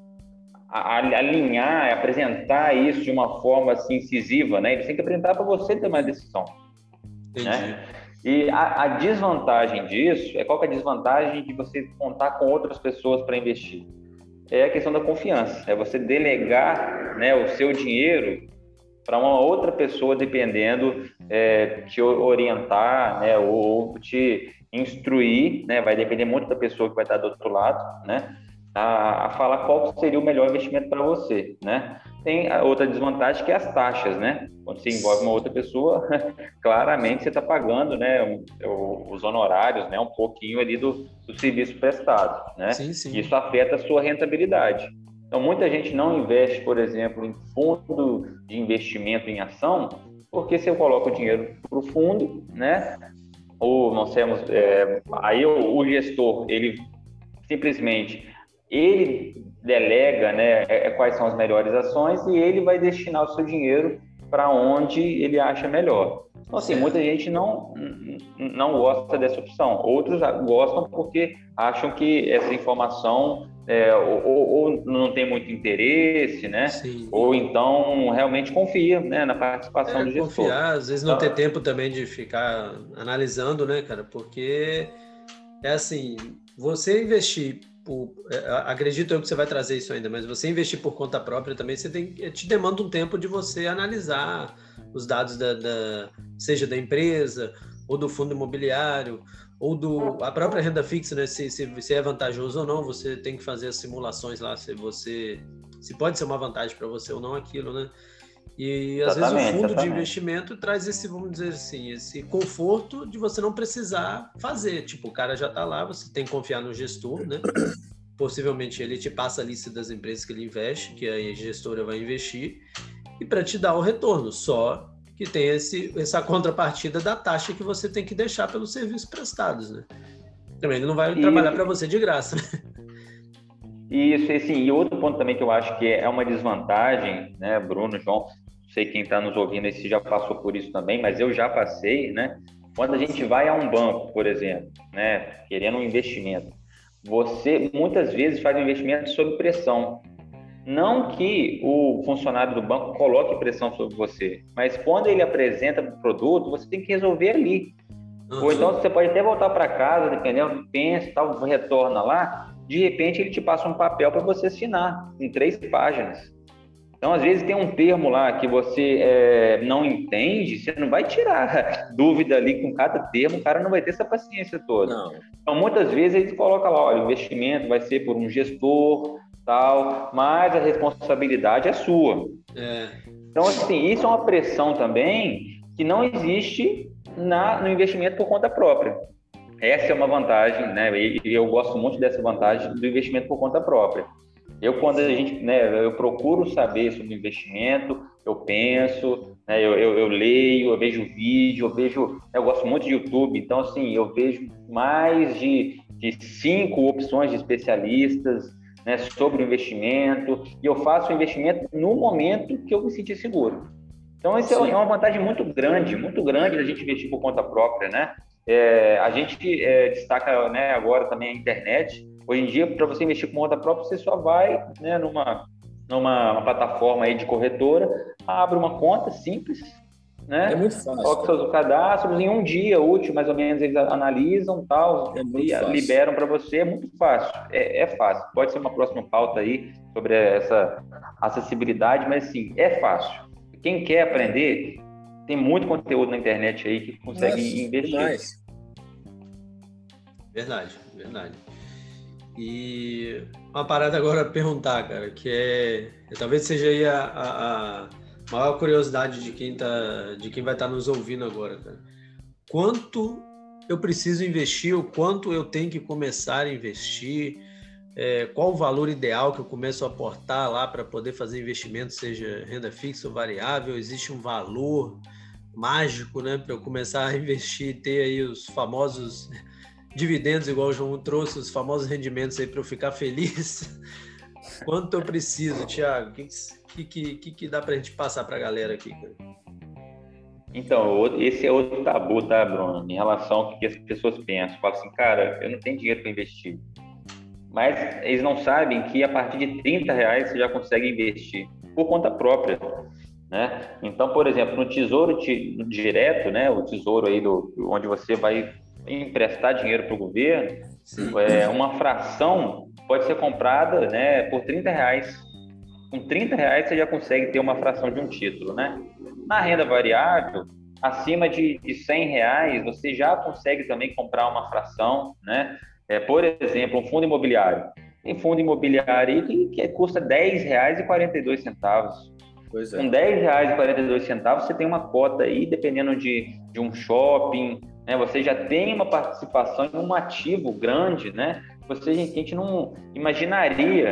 Speaker 3: alinhar, apresentar isso de uma forma assim, incisiva, né? Eles têm que apresentar para você ter uma decisão. Né? E a, a desvantagem disso, é qual que é a desvantagem de você contar com outras pessoas para investir? É a questão da confiança, é você delegar, né, o seu dinheiro para uma outra pessoa, dependendo, é, te orientar, né, ou te instruir, né, vai depender muito da pessoa que vai estar do outro lado, né, a, a falar qual seria o melhor investimento para você, né. Tem a outra desvantagem que é as taxas, né, quando você envolve uma outra pessoa, claramente você está pagando, né, os honorários, né, um pouquinho ali do, do serviço prestado, né,
Speaker 2: sim, sim.
Speaker 3: Isso afeta a sua rentabilidade. Então, muita gente não investe, por exemplo, em fundo de investimento em ação, porque se eu coloco o dinheiro para o fundo, né, ou nós temos, é, aí o, o gestor, ele simplesmente, ele delega, né, é, quais são as melhores ações e ele vai destinar o seu dinheiro para onde ele acha melhor. Então, assim, muita gente não, não gosta dessa opção. Outros gostam porque acham que essa informação é, ou, ou não tem muito interesse, né? Sim. Ou então realmente confia, né, na participação é, do gestor.
Speaker 2: Confiar, às vezes não ter tempo também de ficar analisando, né, cara? Porque é assim, você investir por, acredito eu que você vai trazer isso ainda, mas você investir por conta própria também, você tem, te demanda um tempo de você analisar os dados da, da seja da empresa ou do fundo imobiliário ou do a própria renda fixa, né? Se, se, se é vantajoso ou não, você tem que fazer as simulações lá, se você se pode ser uma vantagem para você ou não aquilo, né? E às exatamente, vezes o fundo exatamente. de investimento traz esse, vamos dizer assim, esse conforto de você não precisar fazer. Tipo, o cara já está lá, você tem que confiar no gestor, né? Possivelmente ele te passa a lista das empresas que ele investe, que a gestora vai investir, e para te dar o retorno, só que tem esse, essa contrapartida da taxa que você tem que deixar pelos serviços prestados, né? Também ele não vai e... trabalhar para você de graça, né?
Speaker 3: Isso, e, sim, e outro ponto também que eu acho que é uma desvantagem, né, Bruno, João, não sei quem está nos ouvindo aí se já passou por isso também, mas eu já passei, né? Quando a gente vai a um banco, por exemplo, né, querendo um investimento, você muitas vezes faz um investimento sob pressão. Não que o funcionário do banco coloque pressão sobre você, mas quando ele apresenta o produto, você tem que resolver ali. Uhum. Ou então você pode até voltar para casa, dependendo, pensa, tal, retorna lá, de repente ele te passa um papel para você assinar, em três páginas. Então, às vezes tem um termo lá que você é, não entende, você não vai tirar dúvida ali com cada termo, o cara não vai ter essa paciência toda. Não. Então, muitas vezes eles colocam lá, olha, o investimento vai ser por um gestor, tal, mas a responsabilidade é sua. É. Então, assim, isso é uma pressão também que não existe na, no investimento por conta própria. Essa é uma vantagem, né? E eu gosto muito dessa vantagem do investimento por conta própria. Eu, quando a gente, né, eu procuro saber sobre investimento, eu penso, né, eu, eu, eu leio, eu vejo vídeo, eu vejo, eu gosto muito de YouTube, então, assim, eu vejo mais de, de cinco opções de especialistas, né, sobre o investimento, e eu faço o investimento no momento que eu me sentir seguro. Então, isso é uma vantagem muito grande, muito grande da gente investir por conta própria, né? É, a gente é, destaca, né, agora também a internet. Hoje em dia, para você investir por conta própria, você só vai, né, numa, numa plataforma aí de corretora, abre uma conta simples, né?
Speaker 1: É muito fácil.
Speaker 3: Coloca seus cadastros, em um dia útil, mais ou menos, eles analisam tal, é e fácil. Liberam para você. É muito fácil, é, é fácil. Pode ser uma próxima pauta aí sobre essa acessibilidade, mas sim, é fácil. Quem quer aprender, tem muito conteúdo na internet aí que consegue Nossa, investir. Demais.
Speaker 2: Verdade, verdade. E uma parada agora a perguntar, cara, que é, talvez seja aí a, a, a maior curiosidade de quem, tá, de quem vai estar tá nos ouvindo agora, cara. Quanto eu preciso investir, o quanto eu tenho que começar a investir, é, qual o valor ideal que eu começo a aportar lá para poder fazer investimento, seja renda fixa ou variável, existe um valor mágico, né, para eu começar a investir e ter aí os famosos dividendos, igual o João trouxe, os famosos rendimentos aí para eu ficar feliz. Quanto eu preciso, Thiago? O que, que, que, que dá para a gente passar para a galera aqui, cara?
Speaker 3: Então, esse é outro tabu, tá, Bruno? Em relação ao que as pessoas pensam. Falam assim, cara, eu não tenho dinheiro para investir. Mas eles não sabem que a partir de trinta reais você já consegue investir por conta própria, né? Então, por exemplo, no Tesouro Direto, né, o tesouro aí do, onde você vai emprestar dinheiro para o governo, é, uma fração pode ser comprada, né, por trinta reais. Com trinta reais você já consegue ter uma fração de um título, né? Na renda variável, acima de, de cem reais, você já consegue também comprar uma fração, né? É, por exemplo, um fundo imobiliário. Tem fundo imobiliário que, que custa dez reais e quarenta e dois centavos. Pois é. Com dez reais e quarenta e dois centavos, você tem uma cota aí, dependendo de, de um shopping, né? Você já tem uma participação em um ativo grande, né? Você, a gente não imaginaria,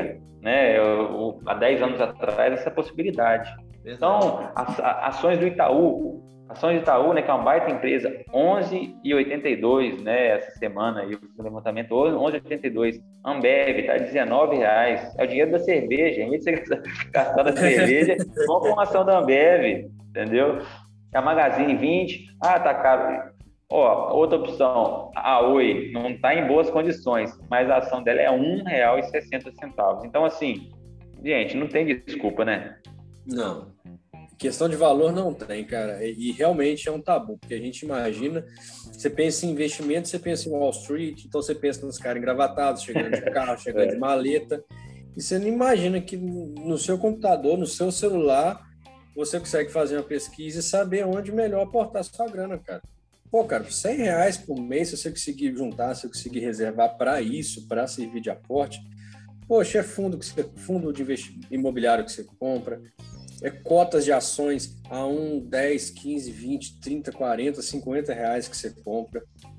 Speaker 3: né? Eu, há dez anos atrás, essa possibilidade. Então, as, ações do Itaú, ações do Itaú, né, que é uma baita empresa, onze reais e oitenta e dois centavos, né, essa semana aí, o levantamento, onze reais e oitenta e dois centavos. Ambev está dezenove reais, é o dinheiro da cerveja, em vez de você gastar na cerveja, compra uma ação da Ambev, entendeu? A Magazine vinte, ah, tá caro. Ó, outra opção, a Oi não está em boas condições, mas a ação dela é um real e sessenta centavos. Então, assim, gente, não tem desculpa, né?
Speaker 1: Não. Questão de valor não tem, cara. E, e realmente é um tabu, porque a gente imagina, você pensa em investimento, você pensa em Wall Street, então você pensa nos caras engravatados, chegando de carro, chegando é. de maleta, e você não imagina que no seu computador, no seu celular, você consegue fazer uma pesquisa e saber onde melhor aportar sua grana, cara. Pô, cara, cem reais por mês, se você conseguir juntar, se você conseguir reservar para isso, para servir de aporte, poxa, é fundo, que você, fundo de investimento imobiliário que você compra, é cotas de ações a um, dez, quinze, vinte, trinta, quarenta, cinquenta reais que você compra.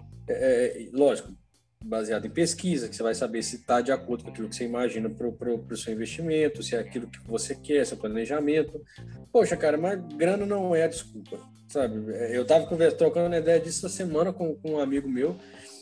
Speaker 1: É, é, lógico, baseado em pesquisa, que você vai saber se está de acordo com aquilo que você imagina para o seu investimento, se é aquilo que você quer, seu planejamento. Poxa, cara, mas grana não é a desculpa, sabe? Eu estava trocando uma ideia disso essa semana com, com um amigo meu,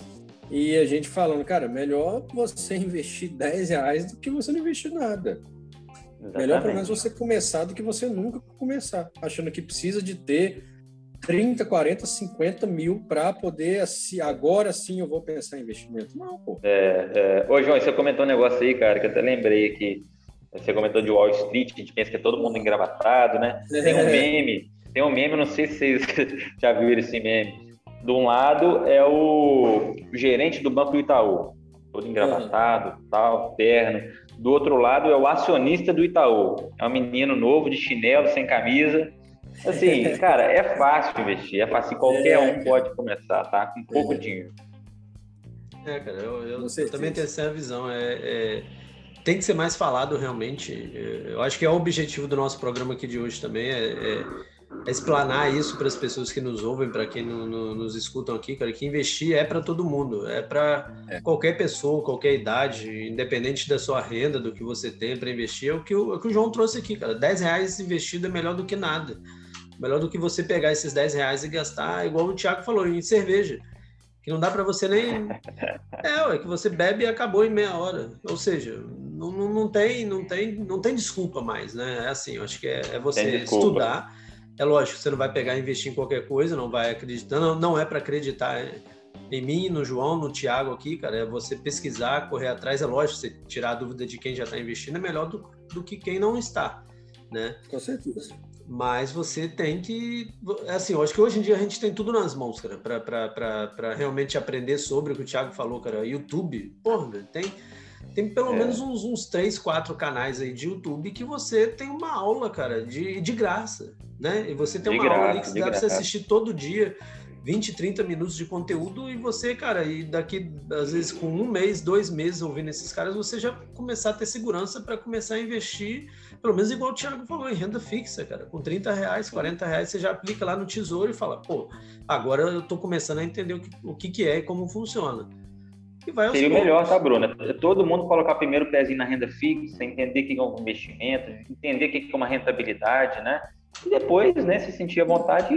Speaker 1: e a gente falando, cara, melhor você investir dez reais do que você não investir nada. Exatamente. Melhor pelo menos você começar do que você nunca começar, achando que precisa de ter trinta, quarenta, cinquenta mil para poder, assim, agora sim eu vou pensar em investimento. Não, pô.
Speaker 3: É, é... Ô, João, você comentou um negócio aí, cara, que eu até lembrei aqui. Você comentou de Wall Street, a gente pensa que é todo mundo engravatado, né? Tem um meme, tem um meme, não sei se vocês já viram esse meme. De um lado é o, o gerente do Banco do Itaú, todo engravatado, uhum. tal, terno. Do outro lado é o acionista do Itaú. É um menino novo, de chinelo, sem camisa. Assim, cara, é fácil investir, é fácil, qualquer é, um pode começar, tá? Com pouco é. dinheiro.
Speaker 2: É, cara, eu, eu, eu também tenho essa visão. É, é, tem que ser mais falado realmente. Eu acho que é o objetivo do nosso programa aqui de hoje também, é, é, é explanar isso para as pessoas que nos ouvem, para quem no, no, nos escutam aqui, cara, que investir é para todo mundo, é para é. qualquer pessoa, qualquer idade, independente da sua renda, do que você tem para investir. É o que o, é o que o João trouxe aqui, cara. dez reais investido é melhor do que nada. Melhor do que você pegar esses dez reais e gastar, igual o Thiago falou, em cerveja. Que não dá para você nem... É, é que você bebe e acabou em meia hora. Ou seja, não, não, não, tem, não, tem, não tem desculpa mais, né? É assim, eu acho que é, é você estudar. É lógico, você não vai pegar e investir em qualquer coisa, não vai acreditar. Não, não é para acreditar em mim, no João, no Thiago aqui, cara. É você pesquisar, correr atrás. É lógico, você tirar a dúvida de quem já está investindo é melhor do, do que quem não está, né?
Speaker 1: Com certeza.
Speaker 2: Mas você tem que... Assim, eu acho que hoje em dia a gente tem tudo nas mãos, cara, para realmente aprender sobre o que o Thiago falou, cara. YouTube, porra, tem, tem pelo é. menos uns, uns três, quatro canais aí de YouTube que você tem uma aula, cara, de, de graça, né? E você tem de uma graça, aula ali que dá para você assistir todo dia, vinte, trinta minutos de conteúdo, e você, cara, e daqui, às vezes, com um mês, dois meses ouvindo esses caras, você já começar a ter segurança para começar a investir, pelo menos igual o Thiago falou, em renda fixa, cara. Com trinta reais, quarenta reais, você já aplica lá no Tesouro e fala, pô, agora eu tô começando a entender o que, o que, que é e como funciona. E vai aos
Speaker 3: Seria o melhor, tá, Bruno? Todo mundo colocar primeiro o pezinho na renda fixa, entender o que é um investimento, entender o que é uma rentabilidade, né? E depois, né, se sentir à vontade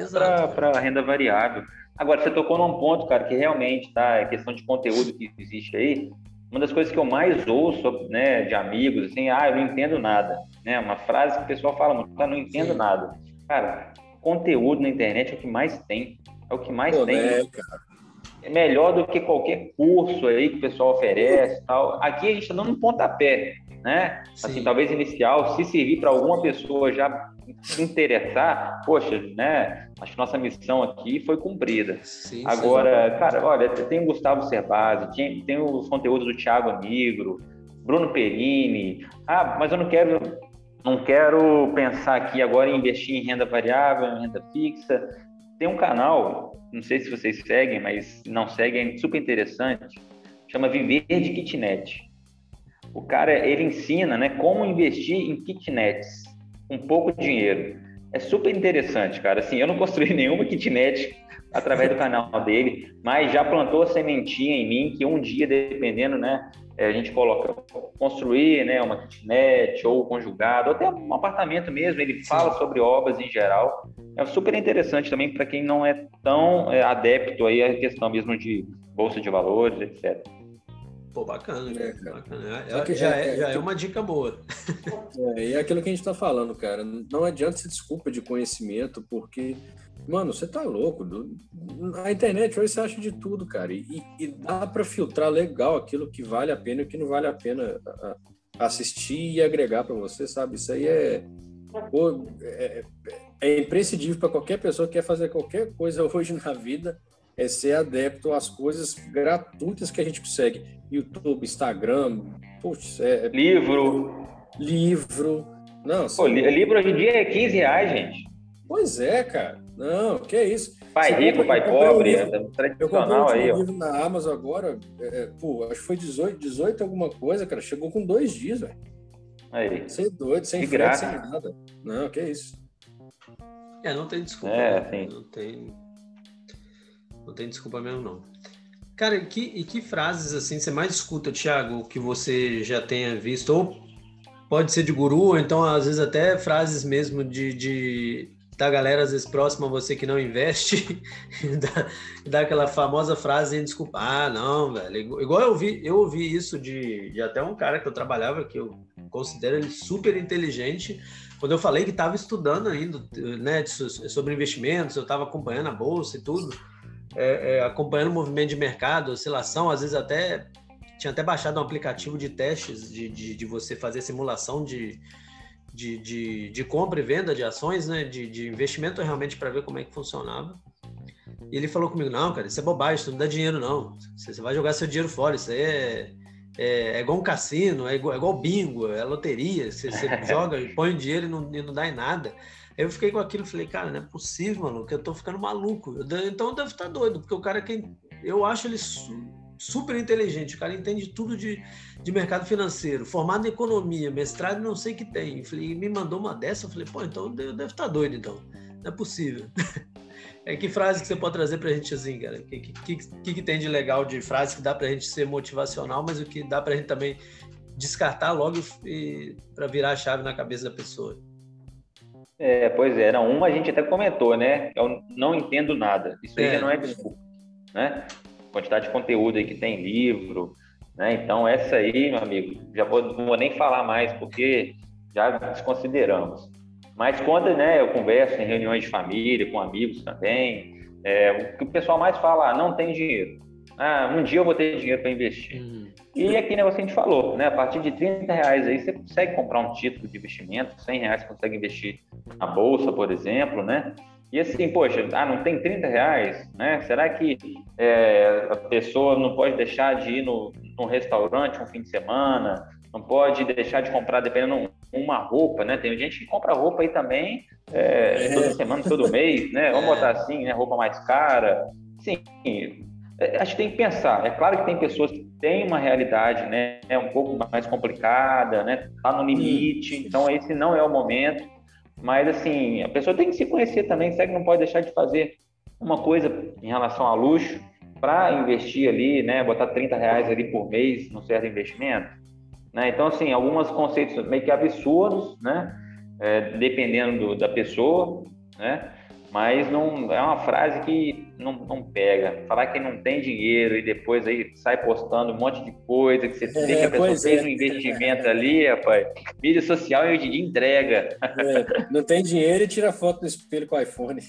Speaker 3: para a renda variável. Agora, você tocou num ponto, cara, que realmente, tá, é questão de conteúdo que existe aí. Uma das coisas que eu mais ouço, né, de amigos, assim, ah, eu não entendo nada, né, uma frase que o pessoal fala muito, ah, não entendo Sim. nada. Cara, conteúdo na internet é o que mais tem, é o que mais Pô, tem. É, cara. É melhor do que qualquer curso aí que o pessoal oferece e tal. Aqui a gente está dando um pontapé, né? Sim. Assim, talvez inicial, se servir para alguma pessoa já se interessar, poxa, né? Acho que nossa missão aqui foi cumprida. Sim, Agora, sim. cara, olha, tem o Gustavo Cerbasi, tem, tem os conteúdos do Thiago Nigro, Bruno Perini. Ah, mas eu não quero, não quero pensar aqui agora em investir em renda variável, em renda fixa. Tem um canal, não sei se vocês seguem, mas não seguem, é super interessante, chama Viver de Kitnet. O cara, ele ensina, né, como investir em kitnets com pouco dinheiro. É super interessante, cara. Assim, eu não construí nenhuma kitnet através do canal dele, mas já plantou a sementinha em mim que um dia, dependendo, né, é, a gente coloca construir, né, uma kitnet ou conjugado, ou até um apartamento mesmo, ele fala sobre obras em geral. É super interessante também para quem não é tão é, adepto aí à questão mesmo de bolsa de valores, etcétera.
Speaker 2: Pô, bacana,
Speaker 1: É,
Speaker 2: cara.
Speaker 1: cara.
Speaker 2: Bacana.
Speaker 1: Só que
Speaker 2: já,
Speaker 1: é-
Speaker 2: é, já
Speaker 1: é-
Speaker 2: é uma dica boa.
Speaker 1: É, e é aquilo que a gente tá falando, cara. Não adianta ser desculpa de conhecimento, porque, mano, você tá louco. Do- Na internet hoje você acha de tudo, cara. E, e dá para filtrar legal aquilo que vale a pena e o que não vale a pena a- a- assistir e agregar para você, sabe? Isso aí é, pô, é, é imprescindível para qualquer pessoa que quer fazer qualquer coisa hoje na vida, é ser adepto às coisas gratuitas que a gente consegue. YouTube, Instagram, putz, é, é
Speaker 3: Livro,
Speaker 1: livro. Não,
Speaker 3: pô,
Speaker 1: você-
Speaker 3: li- livro hoje em dia é quinze reais, gente.
Speaker 1: pois é, cara. Não, que é isso.
Speaker 3: Pai
Speaker 1: Você
Speaker 3: rico,
Speaker 1: compra-
Speaker 3: pai
Speaker 1: eu comprei um
Speaker 3: pobre,
Speaker 1: livro-
Speaker 3: é
Speaker 1: Eu comprei o
Speaker 3: tradicional
Speaker 1: último
Speaker 3: aí, ó.
Speaker 1: livro na Amazon agora, é, é, pô, acho que foi dezoito, dezoito alguma coisa, cara. Chegou com dois dias, velho.
Speaker 3: Aí.
Speaker 1: Sem doido, sem
Speaker 3: De
Speaker 1: frete,
Speaker 3: graça.
Speaker 1: sem nada. Não, que é isso.
Speaker 2: É, não tem desculpa.
Speaker 3: É,
Speaker 2: né?
Speaker 3: sim.
Speaker 2: Não tem, não tem desculpa mesmo, não. Cara, e que, e que frases assim você mais escuta, Thiago, que você já tenha visto? Ou pode ser de guru, ou então às vezes até frases mesmo de, de da galera às vezes próxima a você que não investe, dá, dá aquela famosa frase em desculpa, ah, não, velho. Igual eu ouvi, eu ouvi isso de, de até um cara que eu trabalhava, que eu considero ele super inteligente, quando eu falei que estava estudando ainda, né, de- sobre investimentos, eu estava acompanhando a bolsa e tudo, é, é, acompanhando o movimento de mercado, oscilação, às vezes até tinha até baixado um aplicativo de testes de, de, de você fazer simulação de, de, de, de compra e venda de ações, né, de, de investimento realmente para ver como é que funcionava. E ele falou comigo, não, cara, isso é bobagem, isso não dá dinheiro não, você, você vai jogar seu dinheiro fora, isso aí é, é, é igual um cassino, é igual, é igual bingo, é loteria, você, você joga e põe o dinheiro e não, e não dá em nada. Aí eu fiquei com aquilo, falei, cara, não é possível, mano, que eu tô ficando maluco. Eu de- então eu devo estar doido, porque o cara que eu acho ele su- super inteligente, o cara entende tudo de, de mercado financeiro, formado em economia, mestrado não sei o que tem. Eu falei, me mandou uma dessa, eu falei, pô, então eu devo eu devo estar doido, então. Não é possível. É, que frase que você pode trazer pra gente assim, cara? O que, que, que, que tem de legal de frase que dá pra gente ser motivacional, mas o que dá pra gente também descartar logo e, e para virar a chave na cabeça da pessoa?
Speaker 3: É, pois é, não, uma a gente até comentou, né? Eu não entendo nada. Isso aí
Speaker 2: É.
Speaker 3: já não é desculpa, né? Quantidade de conteúdo aí que tem, livro, né? Então, essa aí, meu amigo, já vou, não vou nem falar mais, porque já desconsideramos. Mas quando, né, eu converso em reuniões de família, com amigos também, é, o que o pessoal mais fala, ah, não tem dinheiro. Ah, um dia eu vou ter dinheiro para investir.
Speaker 2: Uhum.
Speaker 3: E aqui, né, você a gente falou, né? A partir de trinta reais aí você consegue comprar um título de investimento, cem reais você consegue investir na bolsa, por exemplo, né? E assim, poxa, ah, não tem trinta reais, né? Será que é, a pessoa não pode deixar de ir no, num restaurante um fim de semana? Não pode deixar de comprar, dependendo, uma roupa, né? Tem gente que compra roupa aí também é,
Speaker 1: É.
Speaker 3: toda semana, todo mês, né? Vamos
Speaker 2: É.
Speaker 3: botar assim, né? Roupa mais cara. Sim, é, acho que tem que pensar. É claro que tem pessoas que têm uma realidade, né? É um pouco mais complicada, né? Tá no limite, então esse não é o momento. Mas, assim, a pessoa tem que se conhecer também, sabe que não pode deixar de fazer uma coisa em relação a luxo para investir ali, né? Botar trinta reais ali por mês num certo investimento, né? Então, assim, alguns conceitos meio que absurdos, né? É, dependendo do, da pessoa, né? Mas não, é uma frase que não, não pega. Falar que não tem dinheiro e depois aí sai postando um monte de coisa que você vê que a pessoa
Speaker 1: pois
Speaker 3: fez
Speaker 1: é.
Speaker 3: um investimento ali, rapaz. Mídia social e hoje em dia entrega.
Speaker 1: É, não tem dinheiro e tira foto no espelho com o iPhone.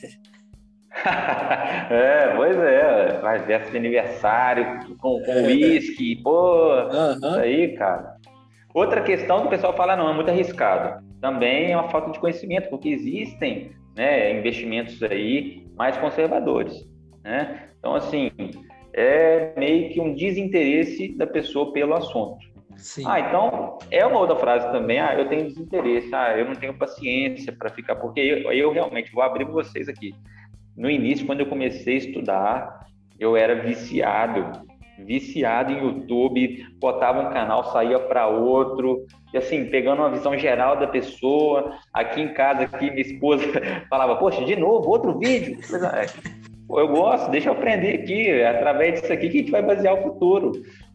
Speaker 3: É, pois é. Faz festa de aniversário com uísque, é. Pô,
Speaker 1: Uhum.
Speaker 3: Isso aí, cara. Outra questão que o pessoal fala, não, é muito arriscado. Também é uma falta de conhecimento, porque existem, né, investimentos aí mais conservadores, né? Então, assim, é meio que um desinteresse da pessoa pelo assunto.
Speaker 2: Sim.
Speaker 3: Ah, então, é uma outra frase também, ah, eu tenho desinteresse, ah, eu não tenho paciência para ficar, porque eu, eu realmente vou abrir para vocês aqui. No início, quando eu comecei a estudar, eu era viciado, viciado em YouTube, botava um canal, saía para outro, e assim, pegando uma visão geral da pessoa. Aqui em casa, aqui, minha esposa falava, poxa, de novo, outro vídeo. Eu gosto, deixa eu aprender aqui, é através disso aqui que a gente vai basear o futuro.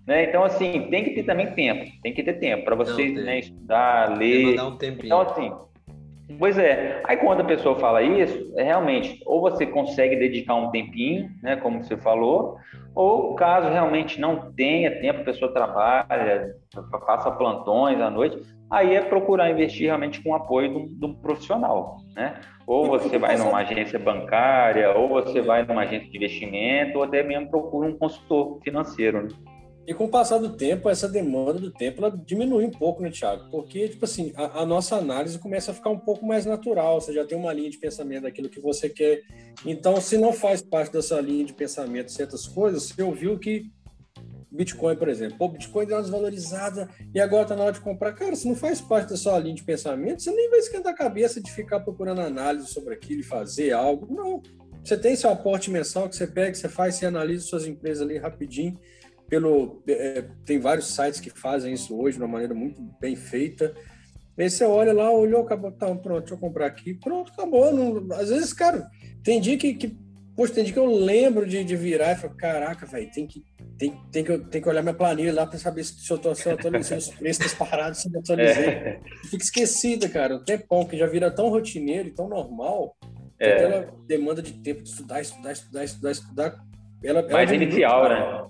Speaker 3: Né? Então, assim, tem que ter também tempo, tem que ter tempo para você
Speaker 2: Não,
Speaker 3: né, estudar, ler.
Speaker 2: Mandar um tempinho.
Speaker 3: Então, assim, pois é. Aí, quando a pessoa fala isso, é realmente, ou você consegue dedicar um tempinho, né, como você falou, ou caso realmente não tenha tempo, a pessoa trabalha, faça plantões à noite, aí é procurar investir realmente com o apoio de um, de um profissional, né? Ou você vai numa agência bancária, ou você vai numa agência de investimento, ou até mesmo procura um consultor financeiro, né?
Speaker 1: E com o passar do tempo, essa demanda do tempo, ela diminui um pouco, né, Thiago? Porque, tipo assim, a, a nossa análise começa a ficar um pouco mais natural, você já tem uma linha de pensamento daquilo que você quer. Então, se não faz parte dessa linha de pensamento certas coisas, você ouviu que Bitcoin, por exemplo, pô, Bitcoin deu uma desvalorizada e agora está na hora de comprar. Cara, se não faz parte da sua linha de pensamento, você nem vai esquentar a cabeça de ficar procurando análise sobre aquilo e fazer algo. Não. Você tem seu aporte mensal que você pega, que você faz, você analisa suas empresas ali rapidinho. Pelo, é, tem vários sites que fazem isso hoje de uma maneira muito bem feita. Aí você olha lá, olhou, acabou, tá, pronto, deixa eu comprar aqui, pronto, acabou. Não, às vezes, cara, tem dia que, que poxa, tem dia que eu lembro de, de virar e falar, caraca, velho, tem que, tem, tem, que, tem que olhar minha planilha lá para saber se eu tô se eu atualizei os preços das paradas, se eu atualizei. É. Fica esquecida, cara, o tempão que já vira tão rotineiro e tão normal, que é. Aquela demanda de tempo de estudar, estudar, estudar, estudar, estudar, ela,
Speaker 3: mais
Speaker 1: ela
Speaker 3: inicial, né?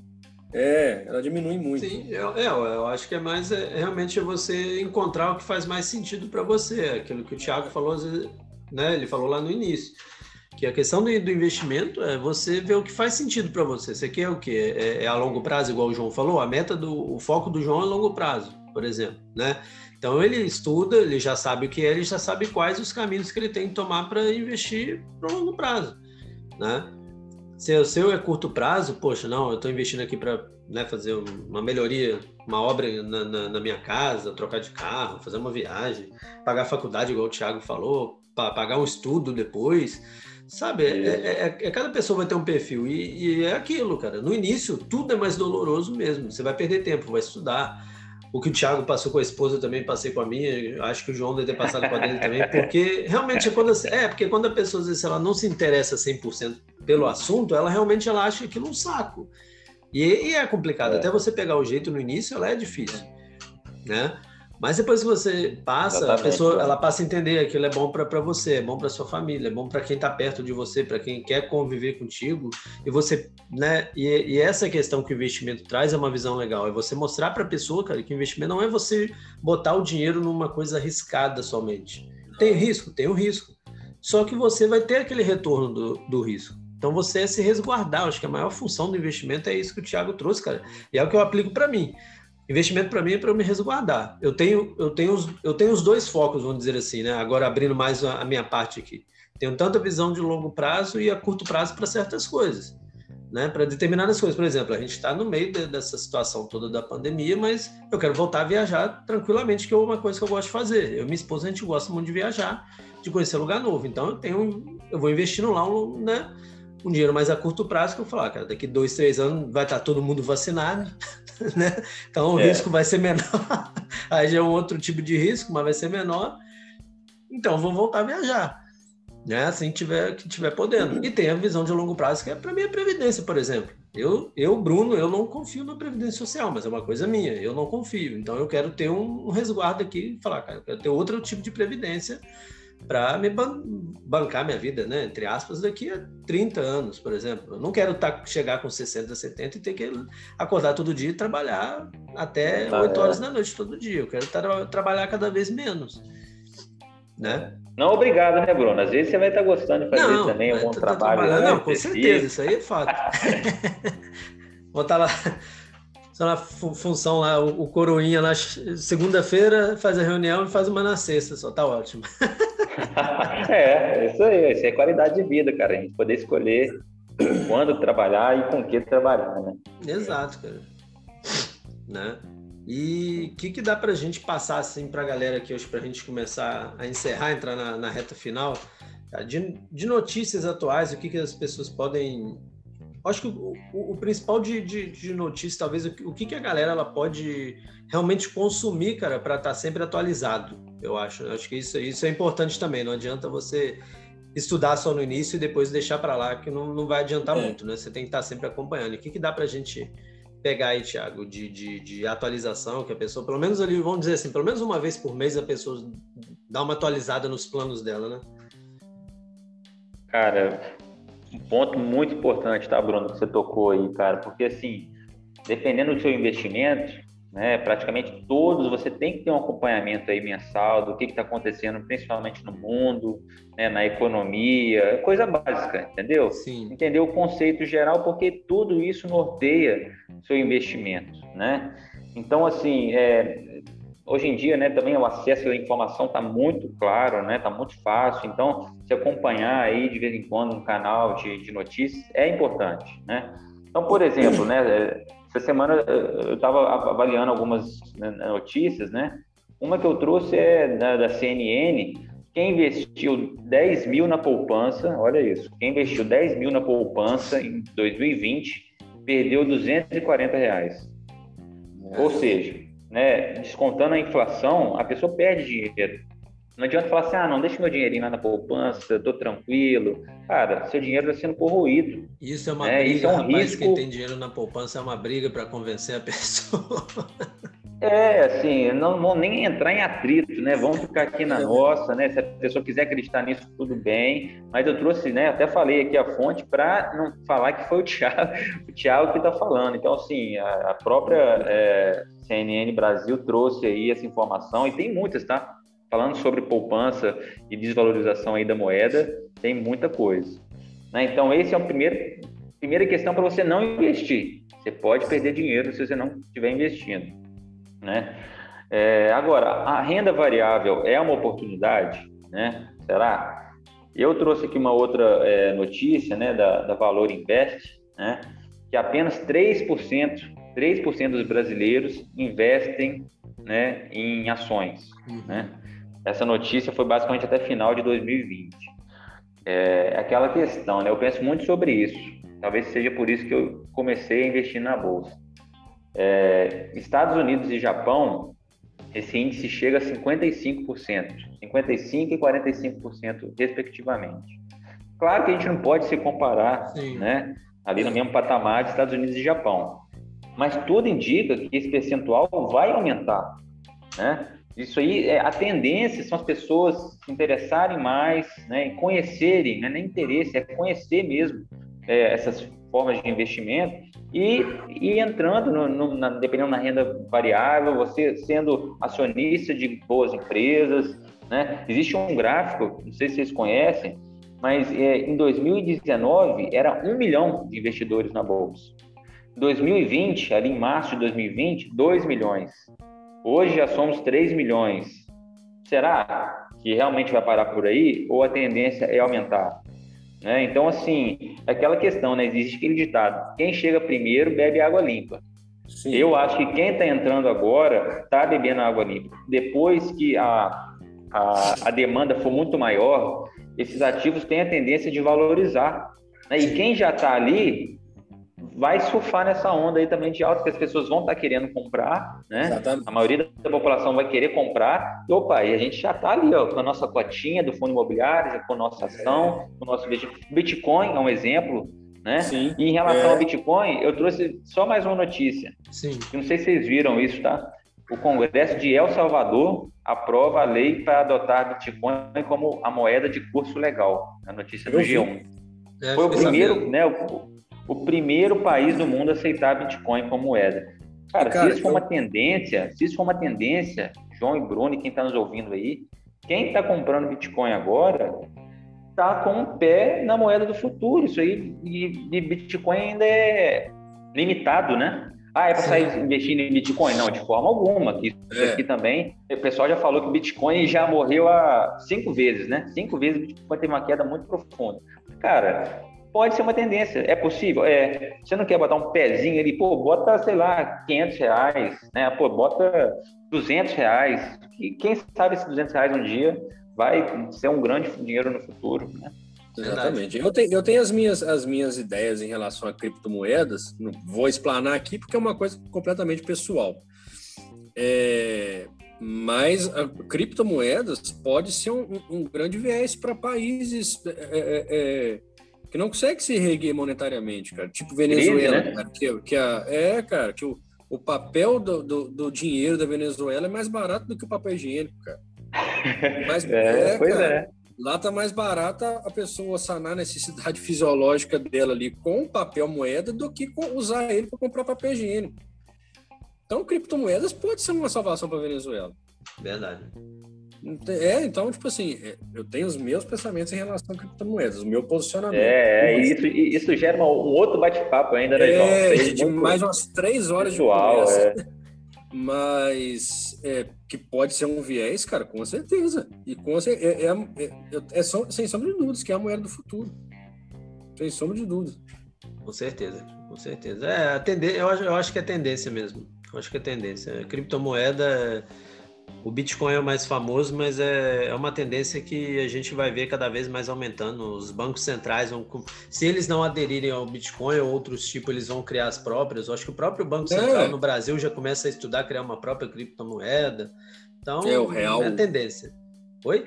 Speaker 1: É, ela diminui muito.
Speaker 2: Sim, eu, eu acho que é mais é, realmente você encontrar o que faz mais sentido para você. Aquilo que o Thiago falou, né? Ele falou lá no início, que a questão do, do investimento é você ver o que faz sentido para você. Você quer o quê? É, é a longo prazo, igual o João falou? A meta do o foco do João é longo prazo, por exemplo, né? Então ele estuda, ele já sabe o que é, ele já sabe quais os caminhos que ele tem que tomar para investir para longo prazo, né? Se o seu é curto prazo, poxa, não, eu estou investindo aqui para, né, fazer uma melhoria, uma obra na, na, na minha casa, trocar de carro, fazer uma viagem, pagar a faculdade, igual o Thiago falou, pagar um estudo depois, sabe? É, é, é, cada pessoa vai ter um perfil e, e é aquilo, cara. No início, tudo é mais doloroso mesmo. Você vai perder tempo, vai estudar. O que o Thiago passou com a esposa, eu também passei com a minha. Acho que o João deve ter passado com a dele também, porque realmente é quando, é, porque quando a pessoa, às vezes, ela não se interessa cem por cento pelo assunto, ela realmente ela acha aquilo um saco. E, e é complicado. É. Até você pegar o jeito no início, ela é difícil, né? Mas depois que você passa, Exatamente, a pessoa, ela passa a entender que aquilo é bom para você, é bom para sua família, é bom para quem está perto de você, para quem quer conviver contigo. E você, né? E, e essa questão que o investimento traz é uma visão legal. É você mostrar para a pessoa, cara, que o investimento não é você botar o dinheiro numa coisa arriscada somente. Tem risco, tem o risco. Só que você vai ter aquele retorno do, do risco. Então você é se resguardar. Eu acho que a maior função do investimento é isso que o Thiago trouxe, cara. E é o que eu aplico para mim. Investimento para mim é para eu me resguardar. Eu tenho, eu, tenho os, eu tenho os dois focos, vamos dizer assim, né? Agora abrindo mais a, a minha parte aqui. Tenho tanto a visão de longo prazo e a curto prazo para certas coisas, né? Para determinadas coisas. Por exemplo, a gente está no meio de, dessa situação toda da pandemia, mas eu quero voltar a viajar tranquilamente, que é uma coisa que eu gosto de fazer. Eu e minha esposa, a gente gosta muito de viajar, de conhecer lugar novo. Então, eu tenho, eu vou investindo lá, um, né? Um dinheiro mais a curto prazo, que eu vou falar, cara, daqui dois, três anos vai estar todo mundo vacinado, né? Então o é. risco vai ser menor. Aí já é um outro tipo de risco, mas vai ser menor. Então vou voltar a viajar, né? Assim que tiver, que tiver podendo. E tem a visão de longo prazo, que é para mim a Previdência, por exemplo. Eu, eu, Bruno, eu não confio na Previdência Social, mas é uma coisa minha, eu não confio. Então eu quero ter um, um resguardo aqui e falar, cara, eu quero ter outro tipo de Previdência para me ban- bancar minha vida, né? Entre aspas, daqui a trinta anos, por exemplo. Eu não quero tá, chegar com sessenta, setenta e ter que acordar todo dia e trabalhar até ah, oito é. horas da noite todo dia. Eu quero tra- trabalhar cada vez menos, né?
Speaker 3: Não, obrigado, né, Bruno? Às vezes você vai estar gostando de fazer
Speaker 2: não,
Speaker 3: também algum
Speaker 2: tá,
Speaker 3: trabalho.
Speaker 2: Tá
Speaker 3: né?
Speaker 2: Não, com certeza, isso aí é fato. Vou estar lá... Só na função lá, o, o coroinha lá, segunda-feira faz a reunião e faz uma na sexta, só tá ótimo.
Speaker 3: É, isso aí, isso é qualidade de vida, cara, a gente poder escolher quando trabalhar e com que trabalhar, né?
Speaker 2: Exato, cara. Né? E o que que dá pra gente passar, assim, pra galera aqui hoje, pra gente começar a encerrar, entrar na, na reta final, de, de notícias atuais, o que que as pessoas podem... Acho que o, o, o principal de, de, de notícia, talvez, o, o que, que a galera ela pode realmente consumir, cara, para estar tá sempre atualizado, eu acho. Eu acho que isso, isso é importante também. Não adianta você estudar só no início e depois deixar para lá, que não, não vai adiantar é. muito, né? Você tem que estar tá sempre acompanhando. E o que, que dá para a gente pegar aí, Thiago, de, de, de atualização, que a pessoa, pelo menos ali, vamos dizer assim, pelo menos uma vez por mês a pessoa dá uma atualizada nos planos dela, né?
Speaker 3: Cara, um ponto muito importante, tá, Bruno, que você tocou aí, cara, porque assim, dependendo do seu investimento, né, praticamente todos, você tem que ter um acompanhamento aí mensal do que está acontecendo, principalmente no mundo, né, na economia, coisa básica, entendeu?
Speaker 2: Sim.
Speaker 3: Entender o conceito geral, porque tudo isso norteia seu investimento, né? Então, assim, é, hoje em dia, né, também o acesso à informação está muito claro, né, está muito fácil, então, se acompanhar aí de vez em quando um canal de, de notícias é importante, né? Então, por exemplo, né, essa semana eu estava avaliando algumas notícias, né? Uma que eu trouxe é da, da C N N. Quem investiu dez mil na poupança, olha isso, quem investiu dez mil na poupança em dois mil e vinte perdeu duzentos e quarenta reais. É. Ou seja, né, descontando a inflação, a pessoa perde dinheiro. Não adianta falar assim, ah, não, deixa meu dinheirinho lá na poupança, eu tô tranquilo. Cara, seu dinheiro está sendo corroído.
Speaker 2: Isso é uma
Speaker 3: né?
Speaker 2: briga,
Speaker 3: Isso é um
Speaker 2: rapaz,
Speaker 3: risco...
Speaker 2: quem tem dinheiro na poupança é uma briga para convencer a pessoa.
Speaker 3: É, assim, não vão nem entrar em atrito, né? Vamos ficar aqui na nossa, né? Se a pessoa quiser acreditar nisso, tudo bem. Mas eu trouxe, né? Até falei aqui a fonte para não falar que foi o Thiago, o Thiago que está falando. Então, assim, a, a própria é, C N N Brasil trouxe aí essa informação, e tem muitas, tá? Falando sobre poupança e desvalorização aí da moeda, tem muita coisa. Né? Então, esse é a primeira, primeira questão para você não investir. Você pode perder dinheiro se você não estiver investindo. Né? É, agora, a renda variável é uma oportunidade? Né? Será? Eu trouxe aqui uma outra é, notícia, né, da, da Valor Invest, né, que apenas três por cento, três por cento dos brasileiros investem, né, em ações. Uhum. Né? Essa notícia foi basicamente até final de dois mil e vinte. É aquela questão, né? Eu penso muito sobre isso. Talvez seja por isso que eu comecei a investir na Bolsa. É, Estados Unidos e Japão, esse índice chega a cinquenta e cinco por cento. cinquenta e cinco por cento e quarenta e cinco por cento, respectivamente. Claro que a gente não pode se comparar, né, ali no mesmo patamar de Estados Unidos e Japão. Mas tudo indica que esse percentual vai aumentar, né? Isso aí, é, a tendência são as pessoas se interessarem mais, né, em conhecerem, não é nem interesse, é conhecer mesmo é, essas formas de investimento e, e entrando, no, no, na, dependendo da renda variável, você sendo acionista de boas empresas, né? Existe um gráfico, não sei se vocês conhecem, mas é, em dois mil e dezenove era um milhão de investidores na Bolsa. Em dois mil e vinte, ali em março de dois mil e vinte, dois milhões. Hoje já somos três milhões. Será que realmente vai parar por aí ou a tendência é aumentar? Né? Então, assim, aquela questão, né? Existe aquele ditado, quem chega primeiro bebe água limpa. Sim. Eu acho que quem está entrando agora está bebendo água limpa. Depois que a, a, a demanda for muito maior, esses ativos têm a tendência de valorizar. Né? E quem já está ali vai surfar nessa onda aí também de alta, que as pessoas vão estar tá querendo comprar, né? Exatamente. A maioria da população vai querer comprar, e opa, e a gente já está ali, ó, com a nossa cotinha do fundo imobiliário, já com a nossa ação, é. com o nosso Bitcoin, é um exemplo, né? Sim. E em relação é. ao Bitcoin, eu trouxe só mais uma notícia. Sim. Não sei se vocês viram isso, tá? O Congresso de El Salvador aprova a lei para adotar Bitcoin como a moeda de curso legal, a notícia do G um. É, Foi o primeiro, né? O, o primeiro país do mundo a aceitar Bitcoin como moeda. Cara, cara se isso for eu... uma tendência, se isso for uma tendência, João e Bruno, e quem está nos ouvindo aí, quem está comprando Bitcoin agora está com um pé na moeda do futuro. Isso aí, e, e Bitcoin ainda é limitado, né? Ah, é para sair investindo em Bitcoin? Não, de forma alguma. Isso é. aqui também, o pessoal já falou que o Bitcoin já morreu há cinco vezes, né? Cinco vezes o Bitcoin teve uma queda muito profunda. Cara, pode ser uma tendência, é possível? É. Você não quer botar um pezinho ali, pô, bota, sei lá, quinhentos reais, né? Pô, bota duzentos reais. E quem sabe esses duzentos reais um dia vai ser um grande dinheiro no futuro, né?
Speaker 1: Exatamente. Eu tenho, eu tenho as, minhas, as minhas ideias em relação a criptomoedas, não vou explanar aqui porque é uma coisa completamente pessoal. É, mas a criptomoedas pode ser um, um grande viés para países... É, é, que não consegue se reerguer monetariamente, cara. Tipo Venezuela,
Speaker 3: Crise, né?
Speaker 1: cara, que, que a, é, cara, que o, o papel do, do, do dinheiro da Venezuela é mais barato do que o papel higiênico, cara. Mais,
Speaker 3: É,
Speaker 1: é,
Speaker 3: pois
Speaker 1: cara.
Speaker 3: é.
Speaker 1: Lá tá mais barata a pessoa sanar a necessidade fisiológica dela ali com papel moeda do que usar ele para comprar papel higiênico. Então, criptomoedas pode ser uma salvação para a Venezuela.
Speaker 2: Verdade.
Speaker 1: É, então, tipo assim, eu tenho os meus pensamentos em relação a criptomoedas, o meu posicionamento.
Speaker 3: É, é isso, isso gera um outro bate-papo ainda, né, João?
Speaker 1: É,
Speaker 3: Fez
Speaker 1: de
Speaker 3: muito
Speaker 1: mais umas três horas
Speaker 3: pessoal,
Speaker 1: de conversa.
Speaker 3: é.
Speaker 1: Mas é, que pode ser um viés, cara, com certeza. E com certeza, é, é, é, é só, sem sombra de dúvidas, que é a moeda do futuro. Sem sombra de dúvidas.
Speaker 2: Com certeza, com certeza. É, a tendência, eu, acho, eu acho que é tendência mesmo. Eu acho que é tendência. A criptomoeda, o Bitcoin é o mais famoso, mas é, é uma tendência que a gente vai ver cada vez mais aumentando. Os bancos centrais vão, se eles não aderirem ao Bitcoin ou outros tipos, eles vão criar as próprias. Eu acho que o próprio Banco Central
Speaker 1: É.
Speaker 2: no Brasil já começa a estudar criar uma própria criptomoeda. Então,
Speaker 1: É o real.
Speaker 2: é a tendência. Oi?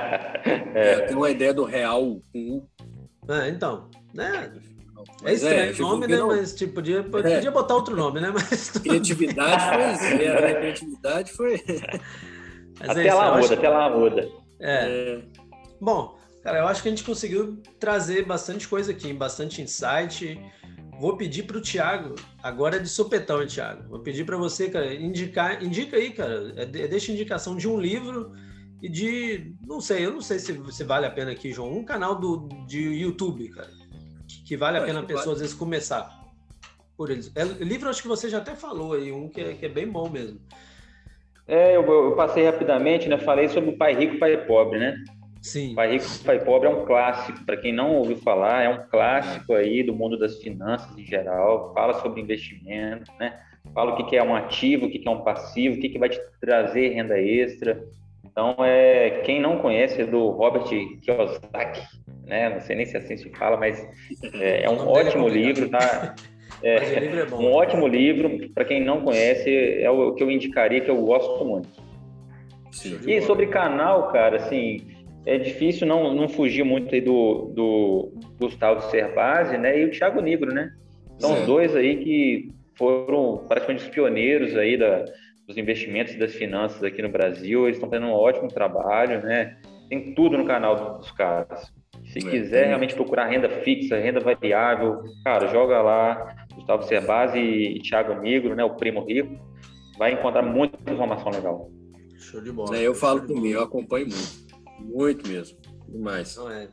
Speaker 1: É, tem uma ideia do real.
Speaker 2: Ah, então, né? É
Speaker 1: Mas
Speaker 2: estranho
Speaker 1: é,
Speaker 2: o nome, né?
Speaker 1: não-
Speaker 2: Mas tipo, podia, podia
Speaker 1: É.
Speaker 2: botar outro nome, né? Mas,
Speaker 1: Criatividade foi zero, né? Criatividade foi.
Speaker 2: mas
Speaker 3: Até
Speaker 2: é isso,
Speaker 3: lá
Speaker 2: eu
Speaker 3: muda,
Speaker 2: acho-
Speaker 3: até lá muda.
Speaker 2: É.
Speaker 1: É,
Speaker 2: Bom, cara, eu acho que a gente conseguiu trazer bastante coisa aqui, bastante insight. Vou pedir para o Thiago, agora é de sopetão, hein, Thiago? Vou pedir para você, cara, indicar, indica aí, cara, é, de- deixa indicação de um livro e de, não sei, eu não sei se, se vale a pena aqui, João, um canal do, de YouTube, cara, que, que vale a
Speaker 1: Eu
Speaker 2: pena a
Speaker 1: acho que
Speaker 2: pessoa
Speaker 1: vale.
Speaker 2: às vezes começar por eles. É, livro, acho que você já até falou aí, um que é, que é bem bom mesmo.
Speaker 3: É, eu, eu passei rapidamente, né? Falei sobre o Pai Rico e Pai Pobre, né?
Speaker 2: Sim,
Speaker 3: Pai Rico e Pai Pobre é um clássico, para quem não ouviu falar, é um clássico aí do mundo das finanças em geral, fala sobre investimento, né? Fala o que que é um ativo, o que que é um passivo, o que que vai te trazer renda extra. Então, é, quem não conhece é do Robert Kiyosaki, né? Não sei nem se assim se fala, mas é, é
Speaker 2: O
Speaker 3: um
Speaker 2: nome dele é
Speaker 3: ótimo
Speaker 2: complicado.
Speaker 3: livro, tá?
Speaker 2: mas o livro é bom.
Speaker 3: Um ótimo livro, para quem não conhece, é o que eu indicaria, que eu gosto muito.
Speaker 1: sim.
Speaker 2: de
Speaker 3: E
Speaker 2: bola.
Speaker 3: sobre canal, cara, assim, é difícil não, não fugir muito aí do, do Gustavo Cerbasi, né, e o Thiago Nigro, né? São
Speaker 1: Certo.
Speaker 3: os dois aí que foram praticamente os pioneiros aí da, dos investimentos e das finanças aqui no Brasil. Eles estão fazendo um ótimo trabalho, né? Tem tudo no canal dos caras. Se
Speaker 1: É,
Speaker 3: quiser
Speaker 1: tem
Speaker 3: realmente procurar renda fixa, renda variável, cara, joga lá Gustavo Cerbasi e Thiago Nigro, né, o Primo Rico, vai encontrar muita informação legal.
Speaker 2: Show de bola.
Speaker 1: É, eu
Speaker 2: show
Speaker 1: falo
Speaker 2: de
Speaker 1: por
Speaker 2: bola.
Speaker 1: mim, eu acompanho muito. Muito mesmo. Demais.
Speaker 2: Não é.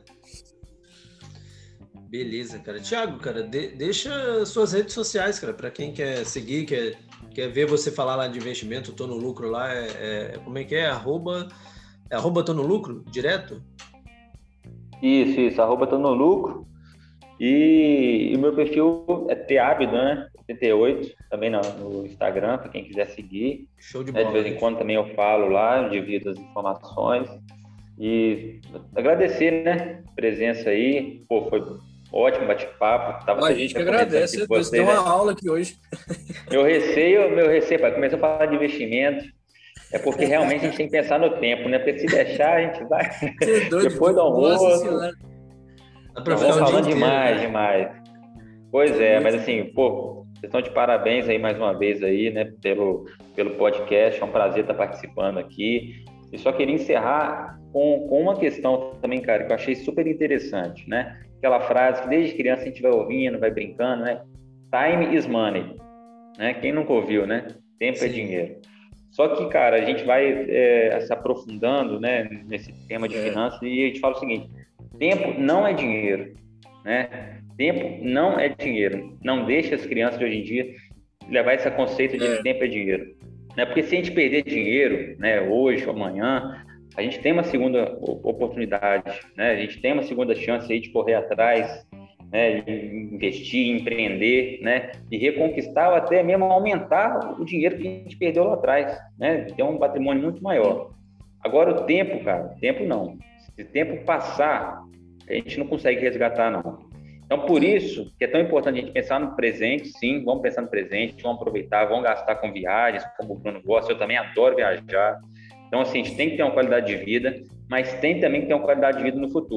Speaker 2: Beleza, cara. Thiago, cara, de- deixa suas redes sociais, cara, para quem quer seguir, quer, quer ver você falar lá de investimento, tô no lucro lá, é, é- como é que é? Arroba, é arroba tô no lucro, direto?
Speaker 3: Isso, isso, arroba tô no lucro. E o meu perfil é Teábido, né? oitenta e oito, também no, no Instagram, para quem quiser seguir.
Speaker 2: Show de
Speaker 3: Né?
Speaker 2: bola.
Speaker 3: De vez em quando também eu falo lá, eu divido as informações. E agradecer, né? A presença aí. Pô, foi ótimo bate-papo. Tava
Speaker 1: A gente que
Speaker 3: até comentando
Speaker 1: agradece.
Speaker 3: aqui com
Speaker 1: Você deu
Speaker 3: né?
Speaker 1: uma aula aqui hoje.
Speaker 3: Meu receio, meu receio, pai, começou a falar de investimento. É porque realmente a gente tem que pensar no tempo, né? Porque se deixar, a gente vai.
Speaker 1: Você é doido.
Speaker 3: Depois do
Speaker 1: Nossa
Speaker 3: almoço.
Speaker 1: Senhora.
Speaker 2: Dá pra
Speaker 3: Não,
Speaker 2: ficar
Speaker 3: vamos
Speaker 2: o dia
Speaker 3: falando
Speaker 2: inteiro,
Speaker 3: demais,
Speaker 2: né?
Speaker 3: demais. Pois é, mas assim, pô, vocês estão de parabéns aí mais uma vez aí, né, pelo, pelo podcast. É um prazer estar participando aqui. E só queria encerrar com, com uma questão também, cara, que eu achei super interessante, né? Aquela frase que desde criança a gente vai ouvindo, vai brincando, né? Time is money, né? Quem nunca ouviu, né? Tempo é
Speaker 2: Sim.
Speaker 3: dinheiro. Só que, cara, a gente vai é, se aprofundando, né, nesse tema de
Speaker 1: É.
Speaker 3: finanças e a gente fala o seguinte: tempo não é dinheiro, né? Tempo não é dinheiro. Não deixe as crianças de hoje em dia levar esse conceito de
Speaker 1: É.
Speaker 3: tempo é dinheiro, né? Porque se a gente perder dinheiro, né, hoje ou amanhã, a gente tem uma segunda oportunidade, né? A gente tem uma segunda chance aí de correr atrás, né, de investir, empreender, né, e reconquistar ou até mesmo aumentar o dinheiro que a gente perdeu lá atrás, né? Ter um patrimônio muito maior. Agora o tempo, cara, tempo não. Se o tempo passar, a gente não consegue resgatar, não. Então, por isso que é tão importante a gente pensar no presente, sim, vamos pensar no presente, vamos aproveitar, vamos gastar com viagens, como o Bruno gosta, eu também adoro viajar. Então, assim, a gente tem que ter uma qualidade de vida, mas tem também que ter uma qualidade de vida no futuro.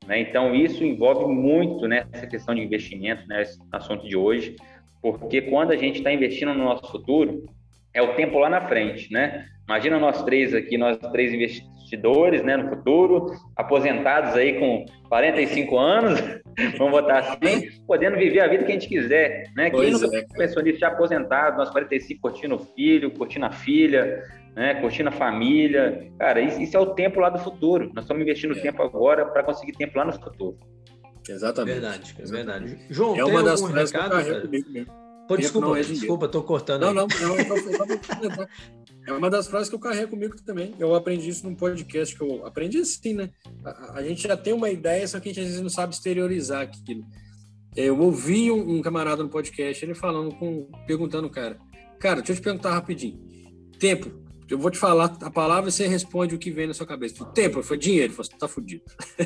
Speaker 3: né? Então, isso envolve muito, né, essa questão de investimento, né, esse assunto de hoje, porque quando a gente está investindo no nosso futuro, é o tempo lá na frente, né? Imagina nós três aqui, nós três investidores, né, no futuro, aposentados aí com quarenta e cinco anos, vamos botar assim, podendo viver a vida que a gente quiser, né? Quem nunca é, pensou nisso, já aposentado, nós quarenta e cinco, curtindo o filho, curtindo a filha, né, curtindo a família. Cara, isso, isso é o tempo lá do futuro. Nós estamos investindo é. tempo agora para conseguir tempo lá no futuro.
Speaker 1: Exatamente.
Speaker 2: Verdade, é verdade. João,
Speaker 1: é
Speaker 2: tem
Speaker 1: uma das
Speaker 2: algum recado, cara?
Speaker 1: Comigo mesmo.
Speaker 2: Pô, desculpa, não é desculpa, tô cortando.
Speaker 1: Não, não, não, não, é uma das frases que eu carrego comigo também. Eu aprendi isso num podcast que eu aprendi assim, né? A, a gente já tem uma ideia, só que a gente às vezes não sabe exteriorizar aquilo. Eu ouvi um, um camarada no podcast, ele falando com, perguntando, cara, cara, deixa eu te perguntar rapidinho. Tempo. Eu vou te falar a palavra e você responde o que vem na sua cabeça. Tempo, foi dinheiro. Você tá fudido.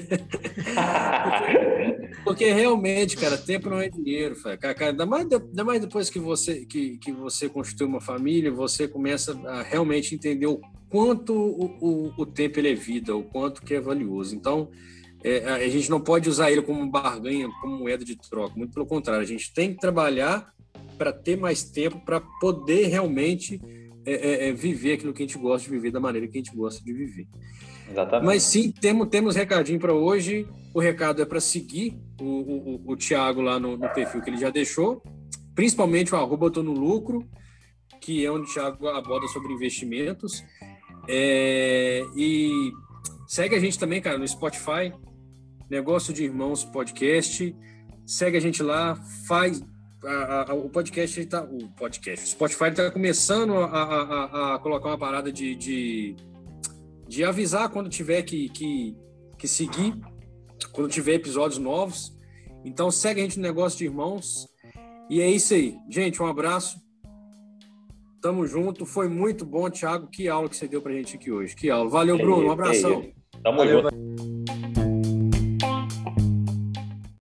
Speaker 1: porque, porque realmente, cara, tempo não é dinheiro. Cara, ainda mais, ainda mais depois que você, que, que você constitui uma família, você começa a realmente entender o quanto o, o, o tempo ele é vida, o quanto que é valioso. Então, é, a gente não pode usar ele como barganha, como moeda de troca. Muito pelo contrário, a gente tem que trabalhar para ter mais tempo, para poder realmente... É, é, é viver aquilo que a gente gosta de viver da maneira que a gente gosta de viver.
Speaker 3: Exatamente.
Speaker 1: Mas sim, temos, temos recadinho para hoje. O recado é para seguir o, o, o Thiago lá no, no perfil que ele já deixou, principalmente o arroba Tô no Lucro, que é onde o Thiago aborda sobre investimentos. É, e segue a gente também, cara, no Spotify, Negócio de Irmãos Podcast. Segue a gente lá, faz... A, a, o podcast, ele tá, o podcast, o Spotify está começando a, a, a colocar uma parada de, de, de avisar quando tiver que, que, que seguir, quando tiver episódios novos. Então segue a gente no Negócio de Irmãos. E é isso aí. Gente, um abraço. Tamo junto. Foi muito bom, Thiago. Que aula que você deu pra gente aqui hoje. Que aula. Valeu, Bruno. Um abração.
Speaker 3: Tamo junto.